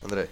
André.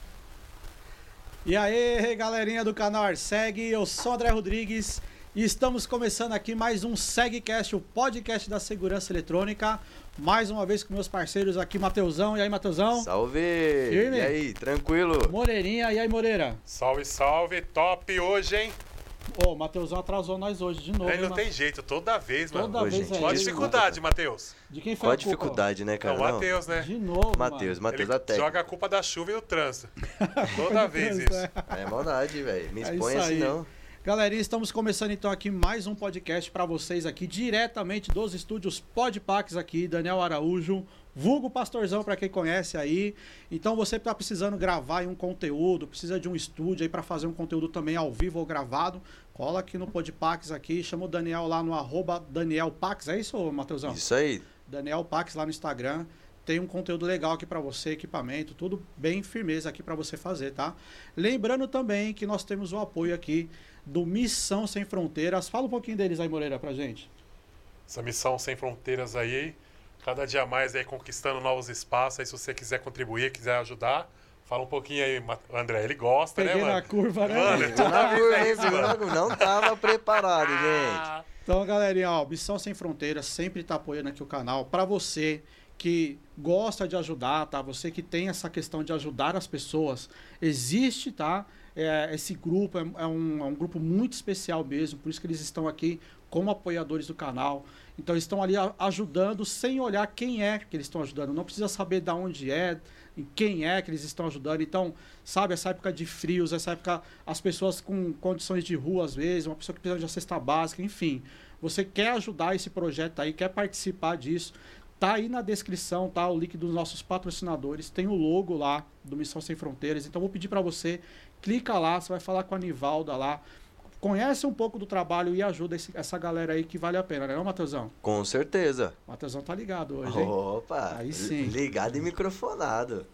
E aí, galerinha do canal Arseg, eu sou André Rodrigues e estamos começando aqui mais um SegCast, o podcast da segurança eletrônica. Mais uma vez com meus parceiros aqui, Mateusão. E aí, Mateusão? Salve! Firme? E aí, tranquilo? Moreirinha. E aí, Moreira? Salve, salve. Top hoje, hein? Ô, o Mateusão atrasou nós hoje de novo. Ele não tem jeito, toda vez, mano. Toda vez gente, Qual a ele, dificuldade, Matheus? De quem foi Qual a a culpa? dificuldade, né, cara? É o Matheus, né? De novo, Matheus Ele a técnica. joga a culpa da chuva e do trânsito. Toda vez isso. É maldade, velho. Me É expõe isso assim, aí. não. Galerinha, estamos começando então aqui mais um podcast para vocês aqui, diretamente dos estúdios Podpax aqui, Daniel Araújo, vulgo Pastorzão para quem conhece aí. Então você está precisando gravar aí um conteúdo, precisa de um estúdio aí para fazer um conteúdo também ao vivo ou gravado, cola aqui no Podpax aqui, chama o Daniel lá no @DanielPax, é isso, Mateusão? Isso aí. Daniel Pax lá no Instagram. Tem um conteúdo legal aqui para você, equipamento, tudo bem firmeza aqui para você fazer, tá? Lembrando também que nós temos o apoio aqui do Missão Sem Fronteiras. Fala um pouquinho deles aí, Moreira, pra gente. Essa missão sem fronteiras aí, cada dia mais aí conquistando novos espaços. Aí se você quiser contribuir, quiser ajudar, fala um pouquinho aí, André. Ele gosta, Peguei né, mano? na curva, né? Mano, toda vez é isso, mano. Não tava preparado, gente. Então, galerinha, ó, Missão Sem Fronteiras sempre tá apoiando aqui o canal. Pra você que gosta de ajudar, tá? Você que tem essa questão de ajudar as pessoas, existe, tá? Esse grupo é um grupo muito especial mesmo, por isso que eles estão aqui como apoiadores do canal. Então, eles estão ali ajudando sem olhar quem é que eles estão ajudando. Não precisa saber de onde é, em quem é que eles estão ajudando. Então, sabe, essa época de frios, essa época, as pessoas com condições de rua, às vezes, uma pessoa que precisa de uma cesta básica, enfim. Você quer ajudar esse projeto aí, quer participar disso, tá aí na descrição, tá? O link dos nossos patrocinadores, tem o logo lá do Missão Sem Fronteiras. Então, vou pedir para você, clica lá, você vai falar com a Nivalda lá, conhece um pouco do trabalho e ajuda essa galera aí que vale a pena, né, não, Mateusão? Com certeza. O Mateusão tá ligado hoje, hein? Opa. Aí sim. Ligado e microfonado.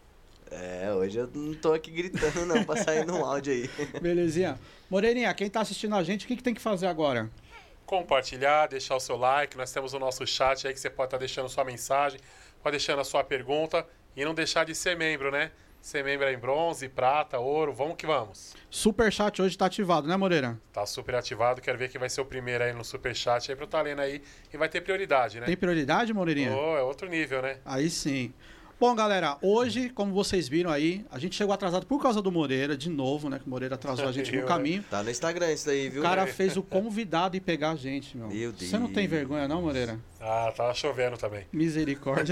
Hoje eu não tô aqui gritando não, pra sair no áudio aí. Belezinha. Moreirinha, quem tá assistindo a gente, o que tem que fazer agora? Compartilhar, deixar o seu like. Nós temos o nosso chat aí que você pode estar deixando sua mensagem, pode deixando a sua pergunta e não deixar de ser membro, né? Ser membro aí em bronze, prata, ouro, vamos que vamos. Superchat hoje tá ativado, né, Moreira? Tá super ativado, quero ver quem vai ser o primeiro aí no superchat aí pra eu estar lendo aí e vai ter prioridade, né? Tem prioridade, Moreirinha? É outro nível, né? Aí sim. Bom, galera, hoje, como vocês viram aí, a gente chegou atrasado por causa do Moreira, de novo, né? Que o Moreira atrasou a gente no caminho. Tá no Instagram isso daí, viu? O cara fez o convidado ir pegar a gente, meu. Meu Deus. Você não tem vergonha, não, Moreira? Ah, tava chovendo também. Misericórdia.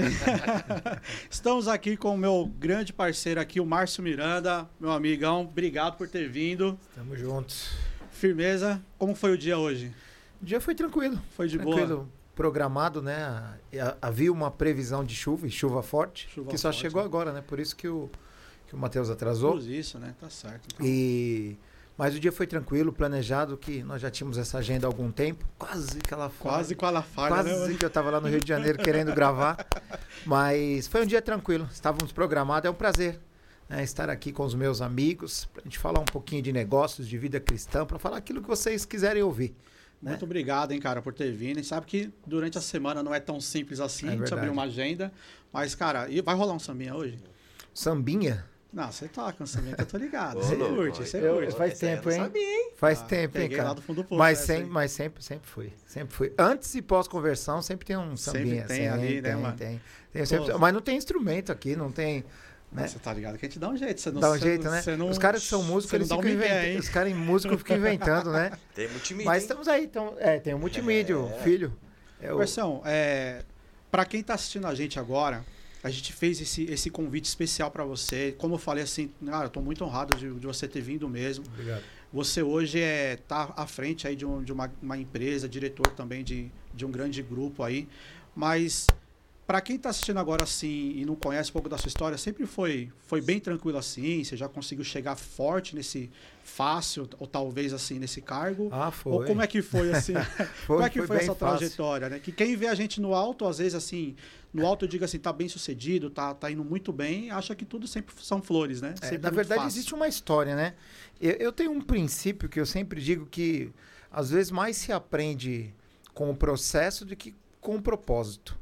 Estamos aqui com o meu grande parceiro aqui, o Márcio Miranda, meu amigão. Obrigado por ter vindo. Estamos juntos. Firmeza. Como foi o dia hoje? O dia foi tranquilo. Foi de Tranquilo. boa? Programado, né? Havia uma previsão de chuva, e chuva forte, Chuva que só forte, chegou né? agora, né? Por isso que o Matheus atrasou. Por isso, né? Tá certo. Então. Mas o dia foi tranquilo, planejado, que nós já tínhamos essa agenda há algum tempo. Quase que ela Quase com a falha, Quase né? que eu estava lá no Rio de Janeiro querendo gravar. Mas foi um dia tranquilo, estávamos programados. É um prazer, né, estar aqui com os meus amigos, para a gente falar um pouquinho de negócios, de vida cristã, para falar aquilo que vocês quiserem ouvir. Muito obrigado, hein, cara, por ter vindo. E sabe que durante a semana não é tão simples assim, a gente abrir uma agenda. Mas, cara, e vai rolar um sambinha hoje? Sambinha? Não, você toca um sambinha que eu tô ligado. Ô, Você louco, curte, você Eu- curte. faz Essa aí eu tempo, não hein? sabia, hein? Faz tempo, hein, Peguei cara? lá do fundo do poço. Mas, essa aí. sempre foi. Sempre foi. Antes e pós-conversão, sempre tem um Sempre sambinha. tem ali, né, mano? Tem sempre, Pô, mas não tem instrumento aqui, não tem... Mas né? você tá ligado que a gente dá um jeito. Você não, Dá um você jeito, não- né? você não- Os caras que são músicos, você eles não dá um ficam migué, inventando. hein? Os caras em músico ficam inventando, né? Tem multimídia, Mas hein? estamos aí, então, tem o multimídia, o filho. Versão, pra quem tá assistindo a gente agora, a gente fez esse convite especial pra você. Como eu falei assim, cara, eu tô muito honrado de você ter vindo mesmo. Obrigado. Você hoje tá à frente aí de uma empresa, diretor também de um grande grupo aí. Mas para quem está assistindo agora assim e não conhece um pouco da sua história, sempre foi bem tranquilo assim? Você já conseguiu chegar forte nesse fácil ou talvez assim nesse cargo? Ah, foi. Ou como é que foi assim? Como é que foi bem essa fácil. trajetória, né? Que quem vê a gente no alto, às vezes assim, no alto eu digo assim, tá bem sucedido, tá indo muito bem, acha que tudo sempre são flores, né? Sempre Na muito verdade, fácil. existe uma história, né? Eu tenho um princípio que eu sempre digo que às vezes mais se aprende com o processo do que com o propósito.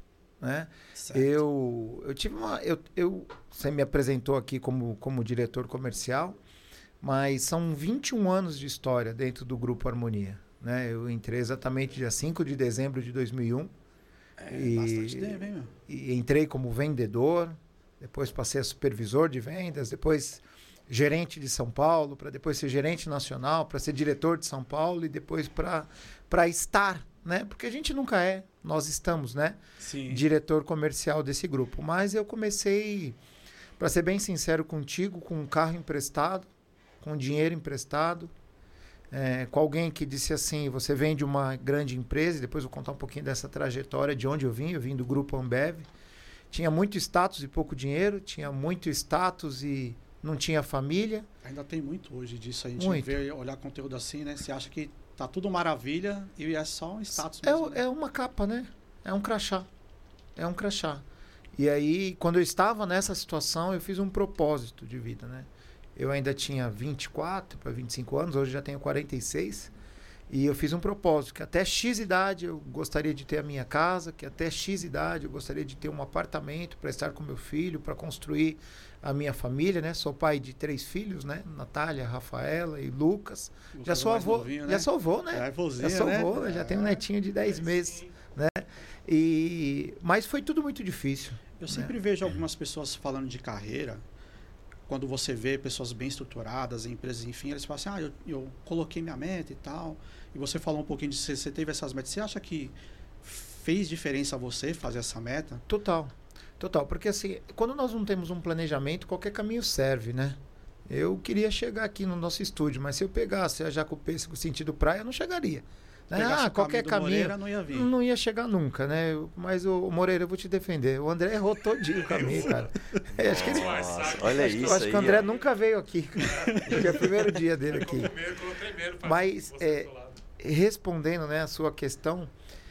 né? Certo. Eu tive você me apresentou aqui como diretor comercial, mas são 21 anos de história dentro do Grupo Harmonia, né? Eu entrei exatamente dia 5 de dezembro de 2001. Bastante tempo, hein, meu? E entrei como vendedor, depois passei a supervisor de vendas, depois gerente de São Paulo, para depois ser gerente nacional, para ser diretor de São Paulo e depois para estar, né? Porque a gente nunca nós estamos, né? Sim. Diretor comercial desse grupo. Mas eu comecei, para ser bem sincero contigo, com um carro emprestado, com dinheiro emprestado, com alguém que disse assim, você vem de uma grande empresa, e depois eu vou contar um pouquinho dessa trajetória, de onde eu vim do Grupo Ambev. Tinha muito status e pouco dinheiro, tinha muito status e não tinha família. Ainda tem muito hoje disso, a gente Muito. vê, olhar conteúdo assim, né? Você acha que tá tudo maravilha e é só um status mesmo, né? É uma capa, né? É um crachá. É um crachá. E aí, quando eu estava nessa situação, eu fiz um propósito de vida, né? Eu ainda tinha 24 para 25 anos, hoje já tenho 46. E eu fiz um propósito, que até X idade eu gostaria de ter a minha casa, que até X idade eu gostaria de ter um apartamento para estar com meu filho, para construir a minha família, né? Sou pai de 3 filhos, né? Natália, Rafaela e Lucas. Já sou avô, novinho, né? já sou avô, né? Já é vozinho, já sou né? avô, já tenho um netinho de 10 meses, né? Mas foi tudo muito difícil. Eu sempre vejo algumas pessoas falando de carreira, quando você vê pessoas bem estruturadas, empresas, enfim, eles falam assim, eu coloquei minha meta e tal, e você falou um pouquinho de você teve essas metas. Você acha que fez diferença você fazer essa meta? Total, porque assim, quando nós não temos um planejamento, qualquer caminho serve, né? Eu queria chegar aqui no nosso estúdio, mas se eu pegasse a Jacopêssego sentido praia, eu não chegaria. Né? Qualquer caminho Moreira, não ia vir. Não ia chegar nunca, né? Mas o Moreira, eu vou te defender. O André errou todinho o caminho, cara. Acho que ele, Nossa, olha isso. eu acho que o André nunca veio aqui, cara. Porque é o primeiro dia dele aqui. Mas, respondendo, né, a sua questão,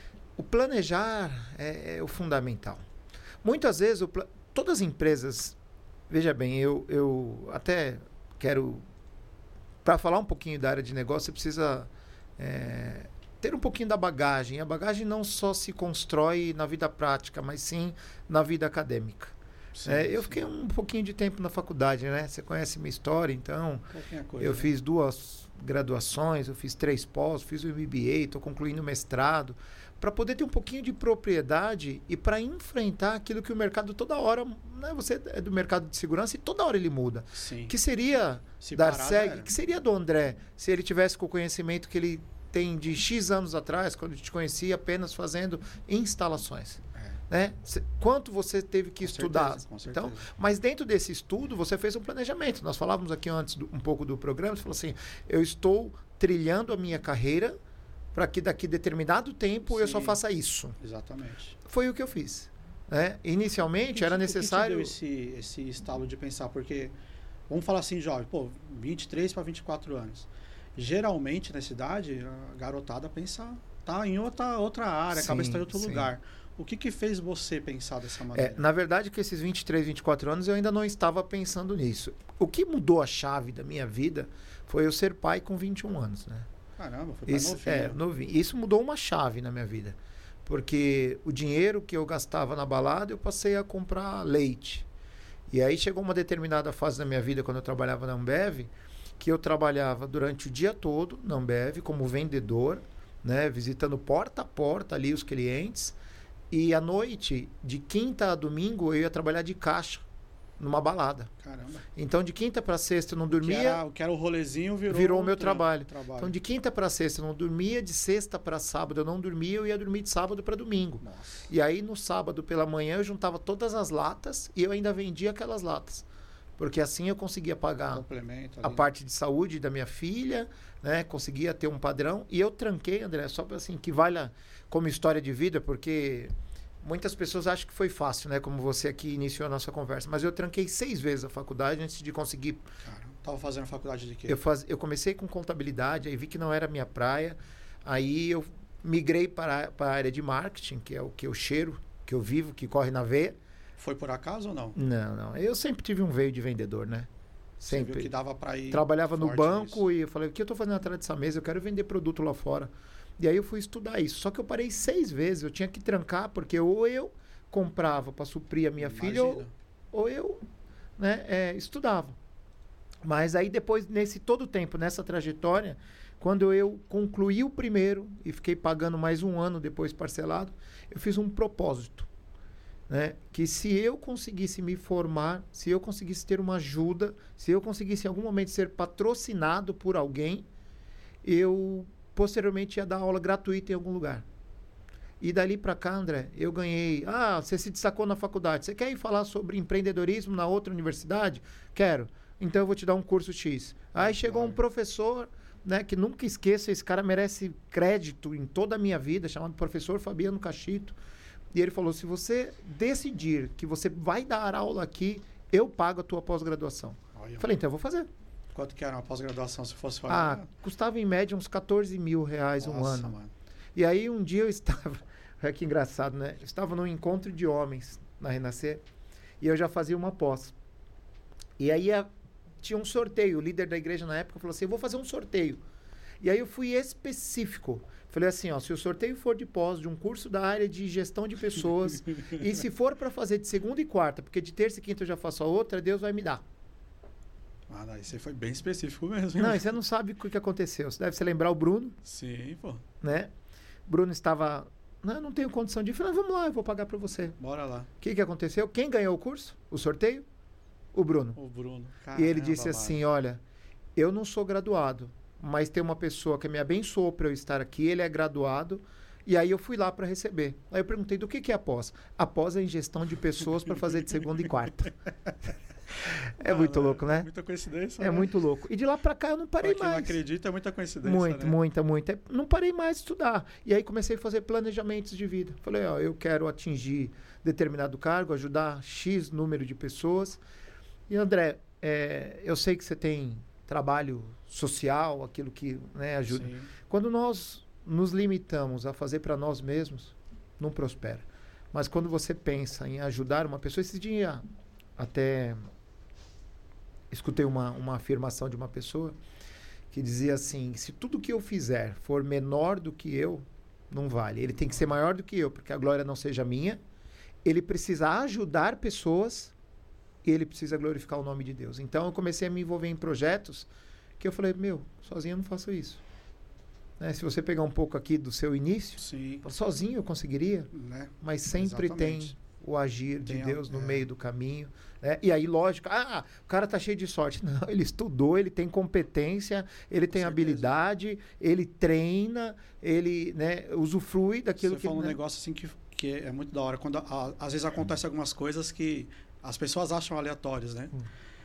o planejar é o fundamental. Muitas vezes, todas as empresas, veja bem, eu até quero, para falar um pouquinho da área de negócio, você precisa ter um pouquinho da bagagem. A bagagem não só se constrói na vida prática, mas sim na vida acadêmica. Sim, eu fiquei um pouquinho de tempo na faculdade, né? Você conhece minha história, então coisa, eu fiz 2 graduações, eu fiz 3 pós, fiz o MBA, estou concluindo o mestrado, para poder ter um pouquinho de propriedade e para enfrentar aquilo que o mercado toda hora, né? Você é do mercado de segurança e toda hora ele muda. Sim. Que seria que seria do André se ele tivesse com o conhecimento que ele tem de X anos atrás, quando eu te conheci apenas fazendo instalações. Né? Quanto você teve que estudar. Com certeza. Então, mas dentro desse estudo, você fez um planejamento. Nós falávamos aqui antes um pouco do programa, você falou assim, eu estou trilhando a minha carreira para que daqui a determinado tempo eu só faça isso. Exatamente. Foi o que eu fiz. Né? Inicialmente era necessário... O que te deu esse estalo de pensar? Porque, vamos falar assim, jovem, 23 para 24 anos. Geralmente, na cidade, a garotada pensa, tá em outra área, a cabeça está em outro lugar. O que fez você pensar dessa maneira? Na verdade, que esses 23, 24 anos eu ainda não estava pensando nisso. O que mudou a chave da minha vida foi eu ser pai com 21 anos, né? Caramba, foi pai novinho. Novinho. Isso mudou uma chave na minha vida. Porque o dinheiro que eu gastava na balada, eu passei a comprar leite. E aí chegou uma determinada fase da minha vida, quando eu trabalhava na Ambev, que eu trabalhava durante o dia todo na Ambev como vendedor, né, visitando porta a porta ali os clientes, e à noite, de quinta a domingo, eu ia trabalhar de caixa numa balada. Caramba. Então, de quinta para sexta eu não dormia. O que era o rolezinho virou o meu trabalho. Então, de quinta para sexta eu não dormia, de sexta para sábado eu não dormia, eu ia dormir de sábado para domingo. Nossa. E aí, no sábado pela manhã, eu juntava todas as latas e eu ainda vendia aquelas latas. Porque assim eu conseguia pagar a parte de saúde da minha filha, né? Conseguia ter um padrão. E eu tranquei, André, só para assim, que valha como história de vida, porque muitas pessoas acham que foi fácil, né? Como você aqui iniciou a nossa conversa. Mas eu tranquei 6 vezes a faculdade antes de conseguir... Cara, tava fazendo faculdade de quê? Eu comecei com contabilidade, aí vi que não era a minha praia. Aí eu migrei para a área de marketing, que é o que eu cheiro, que eu vivo, que corre na veia. Foi por acaso ou não? Não. Eu sempre tive um veio de vendedor, né? Sempre. Você viu que dava para ir. Trabalhava no banco nisso. E eu falei, o que eu estou fazendo atrás dessa mesa? Eu quero vender produto lá fora. E aí eu fui estudar isso. Só que eu parei 6 vezes, eu tinha que trancar, porque ou eu comprava para suprir a minha filha ou eu, né, estudava. Mas aí depois, nesse todo o tempo, nessa trajetória, quando eu concluí o primeiro e fiquei pagando mais um ano depois parcelado, eu fiz um propósito, né? Que se eu conseguisse me formar, se eu conseguisse ter uma ajuda, se eu conseguisse em algum momento ser patrocinado por alguém, eu posteriormente ia dar aula gratuita em algum lugar. E dali para cá, André, eu ganhei... Ah, você se destacou na faculdade. Você quer ir falar sobre empreendedorismo na outra universidade? Quero. Então eu vou te dar um curso X. Aí chegou um professor, né, que nunca esqueça, esse cara merece crédito em toda a minha vida, chamado professor Fabiano Cachito. E ele falou, se você decidir que você vai dar aula aqui, eu pago a tua pós-graduação. Eu falei, então eu vou fazer. Quanto que era uma pós-graduação se fosse fazer? Custava em média uns 14 mil reais um ano. Mano. E aí um dia eu estava... Olha que engraçado, né? Eu estava num encontro de homens na Renascer e eu já fazia uma pós. E aí tinha um sorteio. O líder da igreja na época falou assim, eu vou fazer um sorteio. E aí eu fui específico. Falei assim, ó, se o sorteio for de pós, de um curso da área de gestão de pessoas, e se for para fazer de segunda e quarta, porque de terça e quinta eu já faço a outra, Deus vai me dar. Ah, não, você foi bem específico mesmo. Não, e você não sabe o que aconteceu. Você deve se lembrar o Bruno. Sim, pô. Né? Bruno estava... Não tenho condição de ir. Falei, vamos lá, eu vou pagar para você. Bora lá. O que aconteceu? Quem ganhou o curso? O sorteio? O Bruno. O Bruno. Caramba, e ele disse assim, olha, eu não sou graduado, mas tem uma pessoa que me abençoou para eu estar aqui, ele é graduado, e aí eu fui lá para receber. Aí eu perguntei, do que é a pós? A pós é em gestão de pessoas para fazer de segunda e quarta. Muito louco, né? Muita coincidência. É muito louco. E de lá pra cá eu não parei mais. Não acredita, é muita coincidência. Muita. Não parei mais de estudar. E aí comecei a fazer planejamentos de vida. Falei, ó, eu quero atingir determinado cargo, ajudar X número de pessoas. E André, eu sei que você tem trabalho social, aquilo que, né, ajuda. Sim. Quando nós nos limitamos a fazer para nós mesmos, não prospera. Mas quando você pensa em ajudar uma pessoa, esse dia até escutei uma afirmação de uma pessoa que dizia assim, se tudo que eu fizer for menor do que eu, não vale. Ele tem que ser maior do que eu, porque a glória não seja minha. Ele precisa ajudar pessoas e ele precisa glorificar o nome de Deus. Então eu comecei a me envolver em projetos que eu falei, sozinho eu não faço isso. Né? Se você pegar um pouco aqui do seu início, sim, sozinho eu conseguiria, né? Mas sempre tem o agir de Deus no meio do caminho. Né? E aí, lógico, o cara tá cheio de sorte. Não, ele estudou, ele tem competência, ele tem habilidade, ele treina, ele, né, usufrui daquilo que... Você falou um negócio assim que é muito da hora. Quando às vezes acontecem algumas coisas que as pessoas acham aleatórias, né?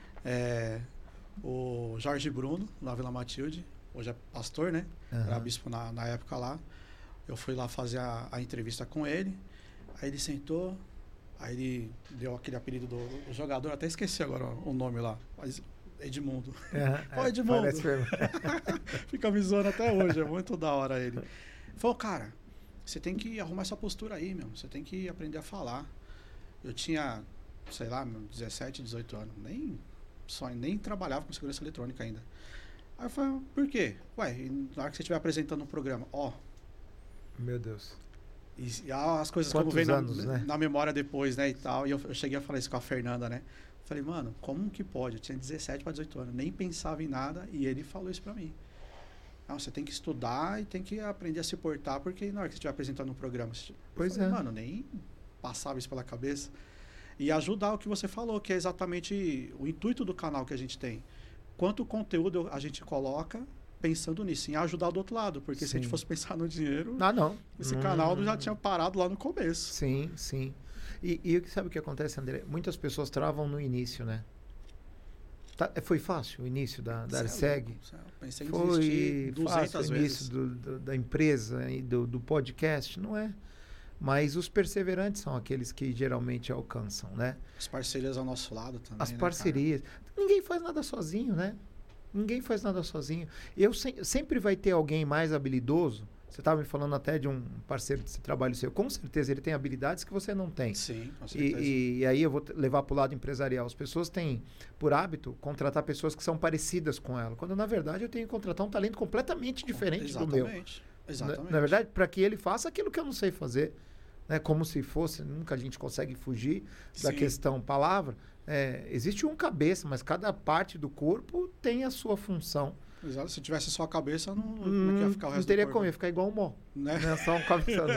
O Jorge Bruno, na Vila Matilde, hoje é pastor, né? Era bispo na época lá. Eu fui lá fazer a entrevista com ele. Aí ele sentou, aí ele deu aquele apelido do jogador, até esqueci agora o nome lá, mas Edmundo. Edmundo. Fica me zoando até hoje, é muito da hora ele. Falou, cara, você tem que arrumar essa postura aí, meu. Você tem que aprender a falar. Eu tinha, sei lá, 17, 18 anos. Nem trabalhava com segurança eletrônica ainda. Aí eu falei, por quê? Ué, na hora que você estiver apresentando um programa, Meu Deus. E as coisas como vem na memória depois, né, e tal. E eu cheguei a falar isso com a Fernanda, né? Falei, mano, como que pode? Eu tinha 17 para 18 anos, nem pensava em nada. E ele falou isso pra mim. Você tem que estudar e tem que aprender a se portar, porque na hora que você estiver apresentando um programa... Mano, nem passava isso pela cabeça. E ajudar o que você falou, que é exatamente o intuito do canal que a gente tem. Quanto conteúdo a gente coloca pensando nisso, em ajudar do outro lado. Porque se a gente fosse pensar no dinheiro... Esse canal já tinha parado lá no começo. Sim. E sabe o que acontece, André? Muitas pessoas travam no início, né? Foi fácil o início da Arseg? Pensei em desistir 200 fácil o início da empresa e do podcast? Não é. Mas os perseverantes são aqueles que geralmente alcançam, né? As parcerias ao nosso lado também. As parcerias. Ninguém faz nada sozinho, né? Ninguém faz nada sozinho. Sempre vai ter alguém mais habilidoso. Você estava me falando até de um parceiro de trabalho seu. Com certeza ele tem habilidades que você não tem. Sim, com certeza. E aí eu vou levar para o lado empresarial. As pessoas têm, por hábito, contratar pessoas que são parecidas com ela. Quando, na verdade, eu tenho que contratar um talento completamente diferente do meu. Exatamente. Na verdade, para que ele faça aquilo que eu não sei fazer. né? Como se fosse, nunca a gente consegue fugir da Sim. questão palavra. Existe um cabeça, mas cada parte do corpo tem a sua função. Exato. Se tivesse só a cabeça, como é que ia ficar o Não resto teria do como, corpo? ia ficar igual um mó. Né? Não é só um cabeçando.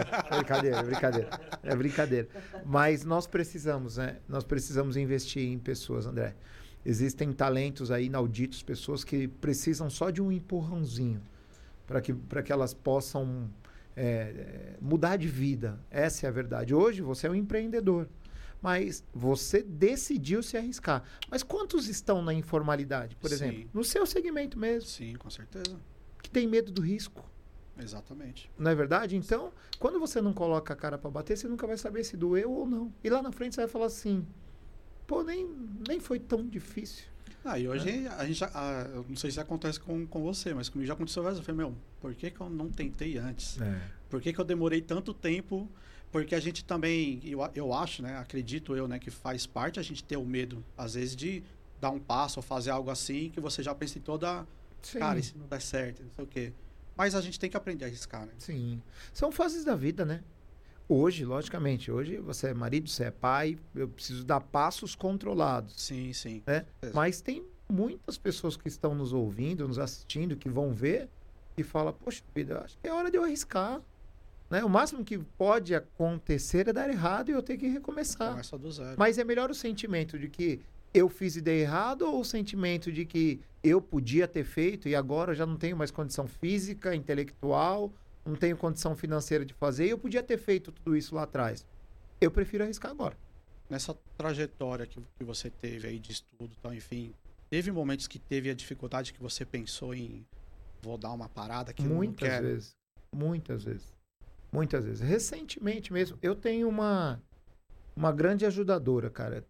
É brincadeira. Mas nós precisamos, né? Nós precisamos investir em pessoas, André. Existem talentos aí inauditos, pessoas que precisam só de um empurrãozinho para que elas possam mudar de vida. Essa é a verdade. Hoje você é um empreendedor, mas você decidiu se arriscar. Mas quantos estão na informalidade, por Sim. exemplo? No seu segmento mesmo, Sim, com certeza. que tem medo do risco. Exatamente. Não é verdade? Então, quando você não coloca a cara para bater, você nunca vai saber se doeu ou não. E lá na frente você vai falar assim, pô, nem foi tão difícil. E hoje a gente eu não sei se acontece com você, mas comigo já aconteceu várias vezes. Eu falei, por que eu não tentei antes? Por que eu demorei tanto tempo? Porque a gente também, eu acho, né? Acredito eu, né? Que faz parte a gente ter o medo, às vezes, de dar um passo ou fazer algo assim, que você já pensa em toda... Sim. Cara, isso não dá certo, não sei o quê. Mas a gente tem que aprender a arriscar, né? Sim. São fases da vida, né? Hoje, logicamente, hoje você é marido, você é pai, eu preciso dar passos controlados. Sim, sim. Né? Mas tem muitas pessoas que estão nos ouvindo, nos assistindo, que vão ver e falam, poxa vida, acho que é hora de eu arriscar. Né? O máximo que pode acontecer é dar errado e eu ter que recomeçar. Começa do zero. Mas é melhor o sentimento de que eu fiz e dei errado ou o sentimento de que eu podia ter feito e agora já não tenho mais condição física, intelectual, não tenho condição financeira de fazer e eu podia ter feito tudo isso lá atrás. Eu prefiro arriscar agora. Nessa trajetória que você teve aí de estudo, então, enfim, teve momentos que teve a dificuldade que você pensou em vou dar uma parada que eu não quero? Muitas vezes. Recentemente mesmo, eu tenho uma grande ajudadora, cara.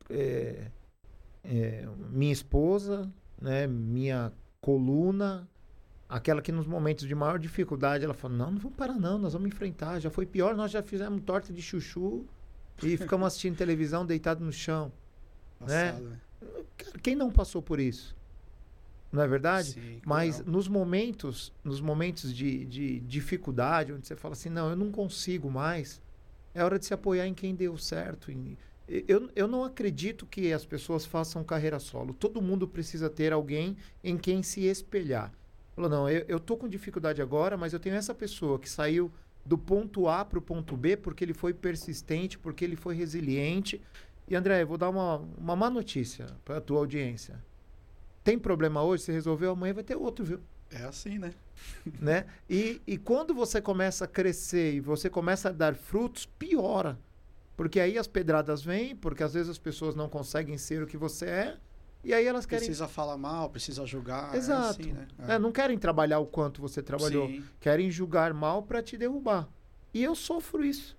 Minha esposa, né, minha coluna, aquela que nos momentos de maior dificuldade, ela fala, não vamos parar não, nós vamos enfrentar, já foi pior, nós já fizemos torta de chuchu e ficamos assistindo televisão deitado no chão. Passado, né? Cara, quem não passou por isso? Não é verdade? Sim, mas claro. nos momentos de dificuldade, onde você fala assim, não, eu não consigo mais, é hora de se apoiar em quem deu certo. Eu não acredito que as pessoas façam carreira solo. Todo mundo precisa ter alguém em quem se espelhar. Falou, não, eu tô com dificuldade agora, mas eu tenho essa pessoa que saiu do ponto A para o ponto B porque ele foi persistente, porque ele foi resiliente. E, André, eu vou dar uma má notícia para a tua audiência. Tem problema hoje, você resolveu, amanhã vai ter outro, viu? É assim, né? Né? E quando você começa a crescer e você começa a dar frutos, piora. Porque aí as pedradas vêm, porque às vezes as pessoas não conseguem ser o que você é, e aí elas querem... Precisa falar mal, precisa julgar. Exato. É assim, né? Não querem trabalhar o quanto você trabalhou. Sim. Querem julgar mal para te derrubar. E eu sofro isso.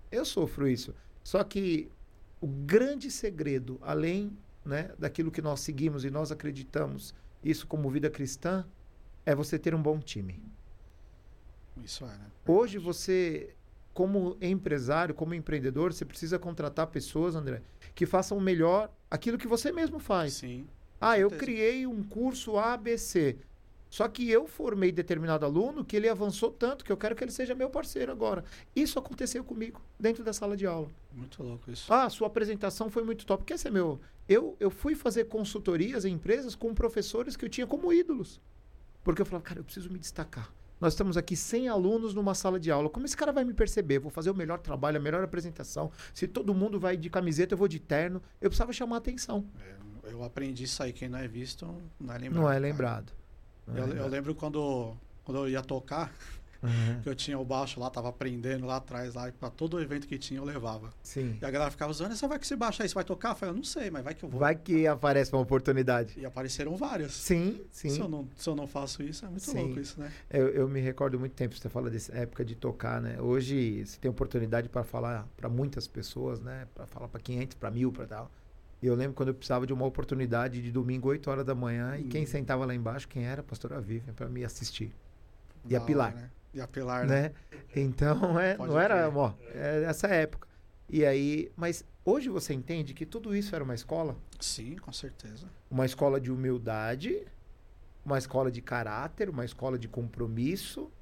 Só que o grande segredo, além, né, daquilo que nós seguimos e nós acreditamos, isso como vida cristã, é você ter um bom time. Isso é, né? Hoje você, como empresário, como empreendedor, você precisa contratar pessoas, André, que façam melhor aquilo que você mesmo faz. Sim. Eu certeza. criei um curso ABC. Só que eu formei determinado aluno que ele avançou tanto que eu quero que ele seja meu parceiro agora. Isso aconteceu comigo, dentro da sala de aula. Muito louco isso. Sua apresentação foi muito top. Quer ser meu? Eu fui fazer consultorias em empresas com professores que eu tinha como ídolos. Porque eu falava, cara, eu preciso me destacar. Nós estamos aqui 100 alunos numa sala de aula. Como esse cara vai me perceber? Eu vou fazer o melhor trabalho, a melhor apresentação. Se todo mundo vai de camiseta, eu vou de terno. Eu precisava chamar a atenção. Eu aprendi isso aí. Quem não é visto, não é lembrado. Não é cara. lembrado. Eu lembro quando eu ia tocar, que eu tinha o baixo lá, tava aprendendo lá atrás, lá, e pra todo evento que tinha eu levava. Sim. E a galera ficava usando, você vai com esse baixo aí, você vai tocar? Eu falei, eu não sei, mas vai que eu vou. Vai que aparece uma oportunidade. E apareceram várias. Sim, sim. Se eu não faço isso, é muito Sim. louco isso, né? Eu me recordo muito tempo, você fala dessa época de tocar, né? Hoje você tem oportunidade para falar para muitas pessoas, né? Para falar para 500, para 1000, para tal. E eu lembro quando eu precisava de uma oportunidade de domingo, 8 horas da manhã, e quem sentava lá embaixo, quem era? A pastora Vivian, para me assistir. E a Pilar. Né? E a Pilar, né? Né? Então, Pode não era, crer. essa época. E aí, mas hoje você entende que tudo isso era uma escola? Sim, com certeza. Uma escola de humildade, uma escola de caráter, uma escola de compromisso,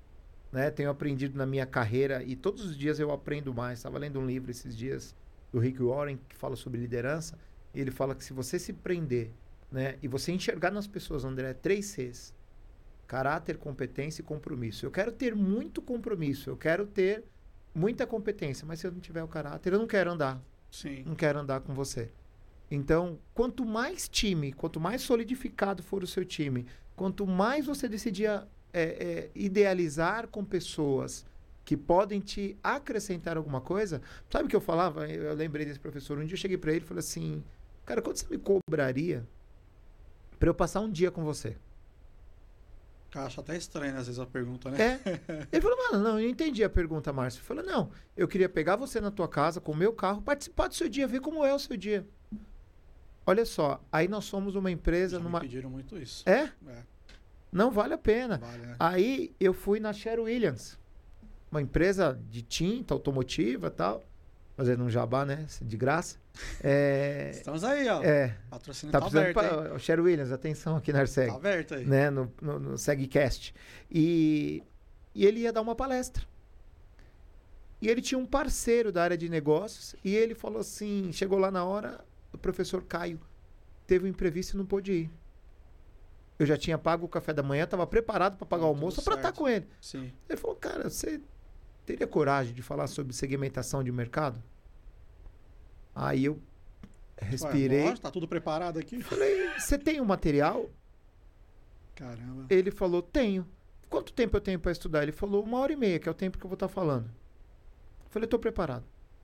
né? Tenho aprendido na minha carreira e todos os dias eu aprendo mais. Estava lendo um livro esses dias do Rick Warren que fala sobre liderança. E ele fala que se você se prender, né, e você enxergar nas pessoas, André, 3 Cs: caráter, competência e compromisso. Eu quero ter muito compromisso, eu quero ter muita competência, mas se eu não tiver o caráter, eu não quero andar. Sim. Não quero andar com você. Então, quanto mais time, quanto mais solidificado for o seu time, quanto mais você decidir idealizar com pessoas que podem te acrescentar alguma coisa. Sabe o que eu falava? Eu lembrei desse professor. Um dia eu cheguei para ele e falei assim: cara, quanto você me cobraria para eu passar um dia com você? Cara, acho até estranho, às vezes, a pergunta, né? Ele falou: mano, não, eu entendi a pergunta, Márcio. Eu falei: não, eu queria pegar você na tua casa com o meu carro, participar do seu dia, ver como é o seu dia. Olha só, aí nós somos uma empresa Já numa... me pediram muito isso. É? É, Não vale a pena. vale, né? Aí eu fui na Sherwin-Williams, uma empresa de tinta automotiva e tal, fazendo um jabá, né? De graça. Estamos aí, ó. Patrocínio Tá tá precisando aberto, hein? Sherwin-Williams, atenção aqui na Arseg. Tá aberto aí. Né, no SegCast. E ele ia dar uma palestra. E ele tinha um parceiro da área de negócios e ele falou assim, chegou lá na hora, o professor Caio teve um imprevisto e não pôde ir. Eu já tinha pago o café da manhã, estava preparado para pagar o Tudo almoço para estar certo. com ele. Sim. Ele falou: cara, você teria coragem de falar sobre segmentação de mercado? Aí eu respirei. Ué, tá tudo preparado aqui? Falei: você tem o material? Caramba. Ele falou: tenho. Quanto tempo eu tenho para estudar? Ele falou: 1h30, que é o tempo que eu vou estar falando. Eu falei: estou preparado.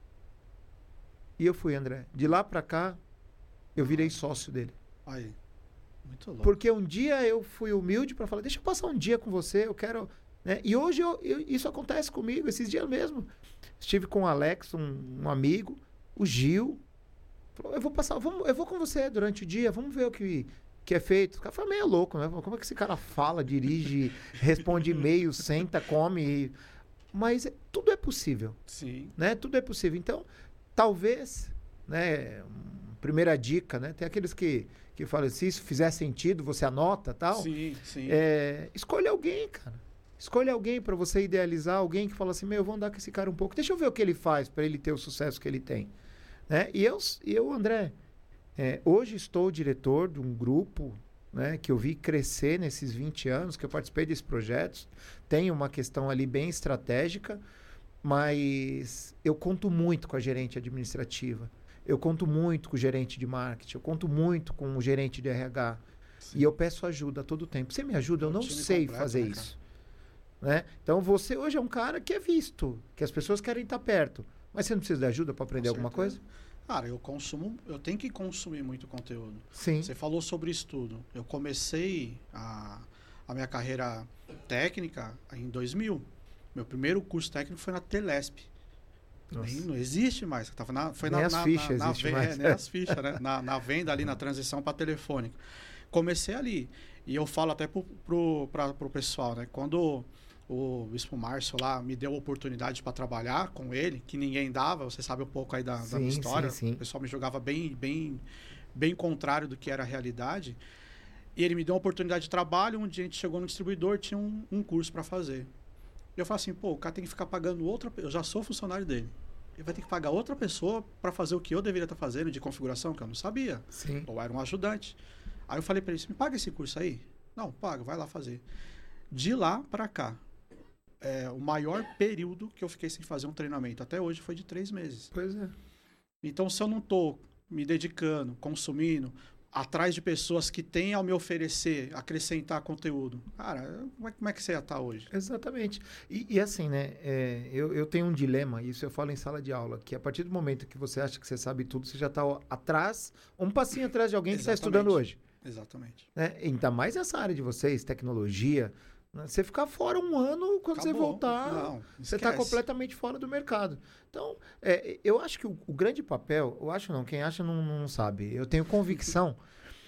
E eu fui, André. De lá para cá, eu virei sócio dele. Aí. Muito louco. Porque um dia eu fui humilde para falar: deixa eu passar um dia com você, eu quero... Né? E hoje isso acontece comigo, esses dias mesmo. Estive com o Alex, um amigo, o Gil. Falou: eu vou com você durante o dia, vamos ver o que é feito. O cara foi meio louco, né? Como é que esse cara fala, dirige, responde e-mail, senta, come? Mas tudo é possível. Sim. Né? Tudo é possível. Então, talvez, né, primeira dica, né? Tem aqueles que falam: se isso fizer sentido, você anota, tal. Sim, sim. Escolha alguém, cara. Escolha alguém para você idealizar, alguém que fala assim: meu, eu vou andar com esse cara um pouco. Deixa eu ver o que ele faz para ele ter o sucesso que ele tem. Né? E eu, André, hoje estou diretor de um grupo, né, que eu vi crescer nesses 20 anos, que eu participei desses projetos. Tem uma questão ali bem estratégica, mas eu conto muito com a gerente administrativa. Eu conto muito com o gerente de marketing. Eu conto muito com o gerente de RH. Sim. E eu peço ajuda a todo tempo. Você me ajuda? Eu não sei completo, fazer isso. Né? Então, você hoje é um cara que é visto, que as pessoas querem estar perto. Mas você não precisa de ajuda para aprender alguma coisa? Cara, eu tenho que consumir muito conteúdo. Sim. Você falou sobre estudo. Eu comecei a minha carreira técnica em 2000. Meu primeiro curso técnico foi na Telesp. Não existe mais. Foi nem as fichas existem mais. Nem as fichas, né? na venda ali, na transição para telefônica. Comecei ali. E eu falo até pro pessoal, né? Quando o Bispo Márcio lá me deu a oportunidade para trabalhar com ele, que ninguém dava, você sabe um pouco aí da minha história. Sim. O pessoal me jogava bem contrário do que era a realidade. E ele me deu uma oportunidade de trabalho. Um dia a gente chegou no distribuidor, tinha um curso para fazer. E eu falo assim: pô, o cara tem que ficar pagando outra... Eu já sou funcionário dele. Ele vai ter que pagar outra pessoa para fazer o que eu deveria estar fazendo de configuração, que eu não sabia. Sim. Ou era um ajudante. Aí eu falei para ele: me paga esse curso aí? Não, paga, vai lá fazer. De lá para cá, o maior período que eu fiquei sem fazer um treinamento até hoje foi de 3 meses. Pois é. Então, se eu não estou me dedicando, consumindo, atrás de pessoas que têm ao me oferecer, acrescentar conteúdo, cara, como é que você ia estar hoje? Exatamente. E assim, né? Eu tenho um dilema, isso eu falo em sala de aula, que a partir do momento que você acha que você sabe tudo, você já está atrás, um passinho atrás de alguém que está estudando hoje. Exatamente. Né? Ainda mais essa área de vocês, tecnologia. Né? Você ficar fora um ano, quando você voltar, você está completamente fora do mercado. Então, eu acho que o grande papel, eu acho não, quem acha não sabe. Eu tenho convicção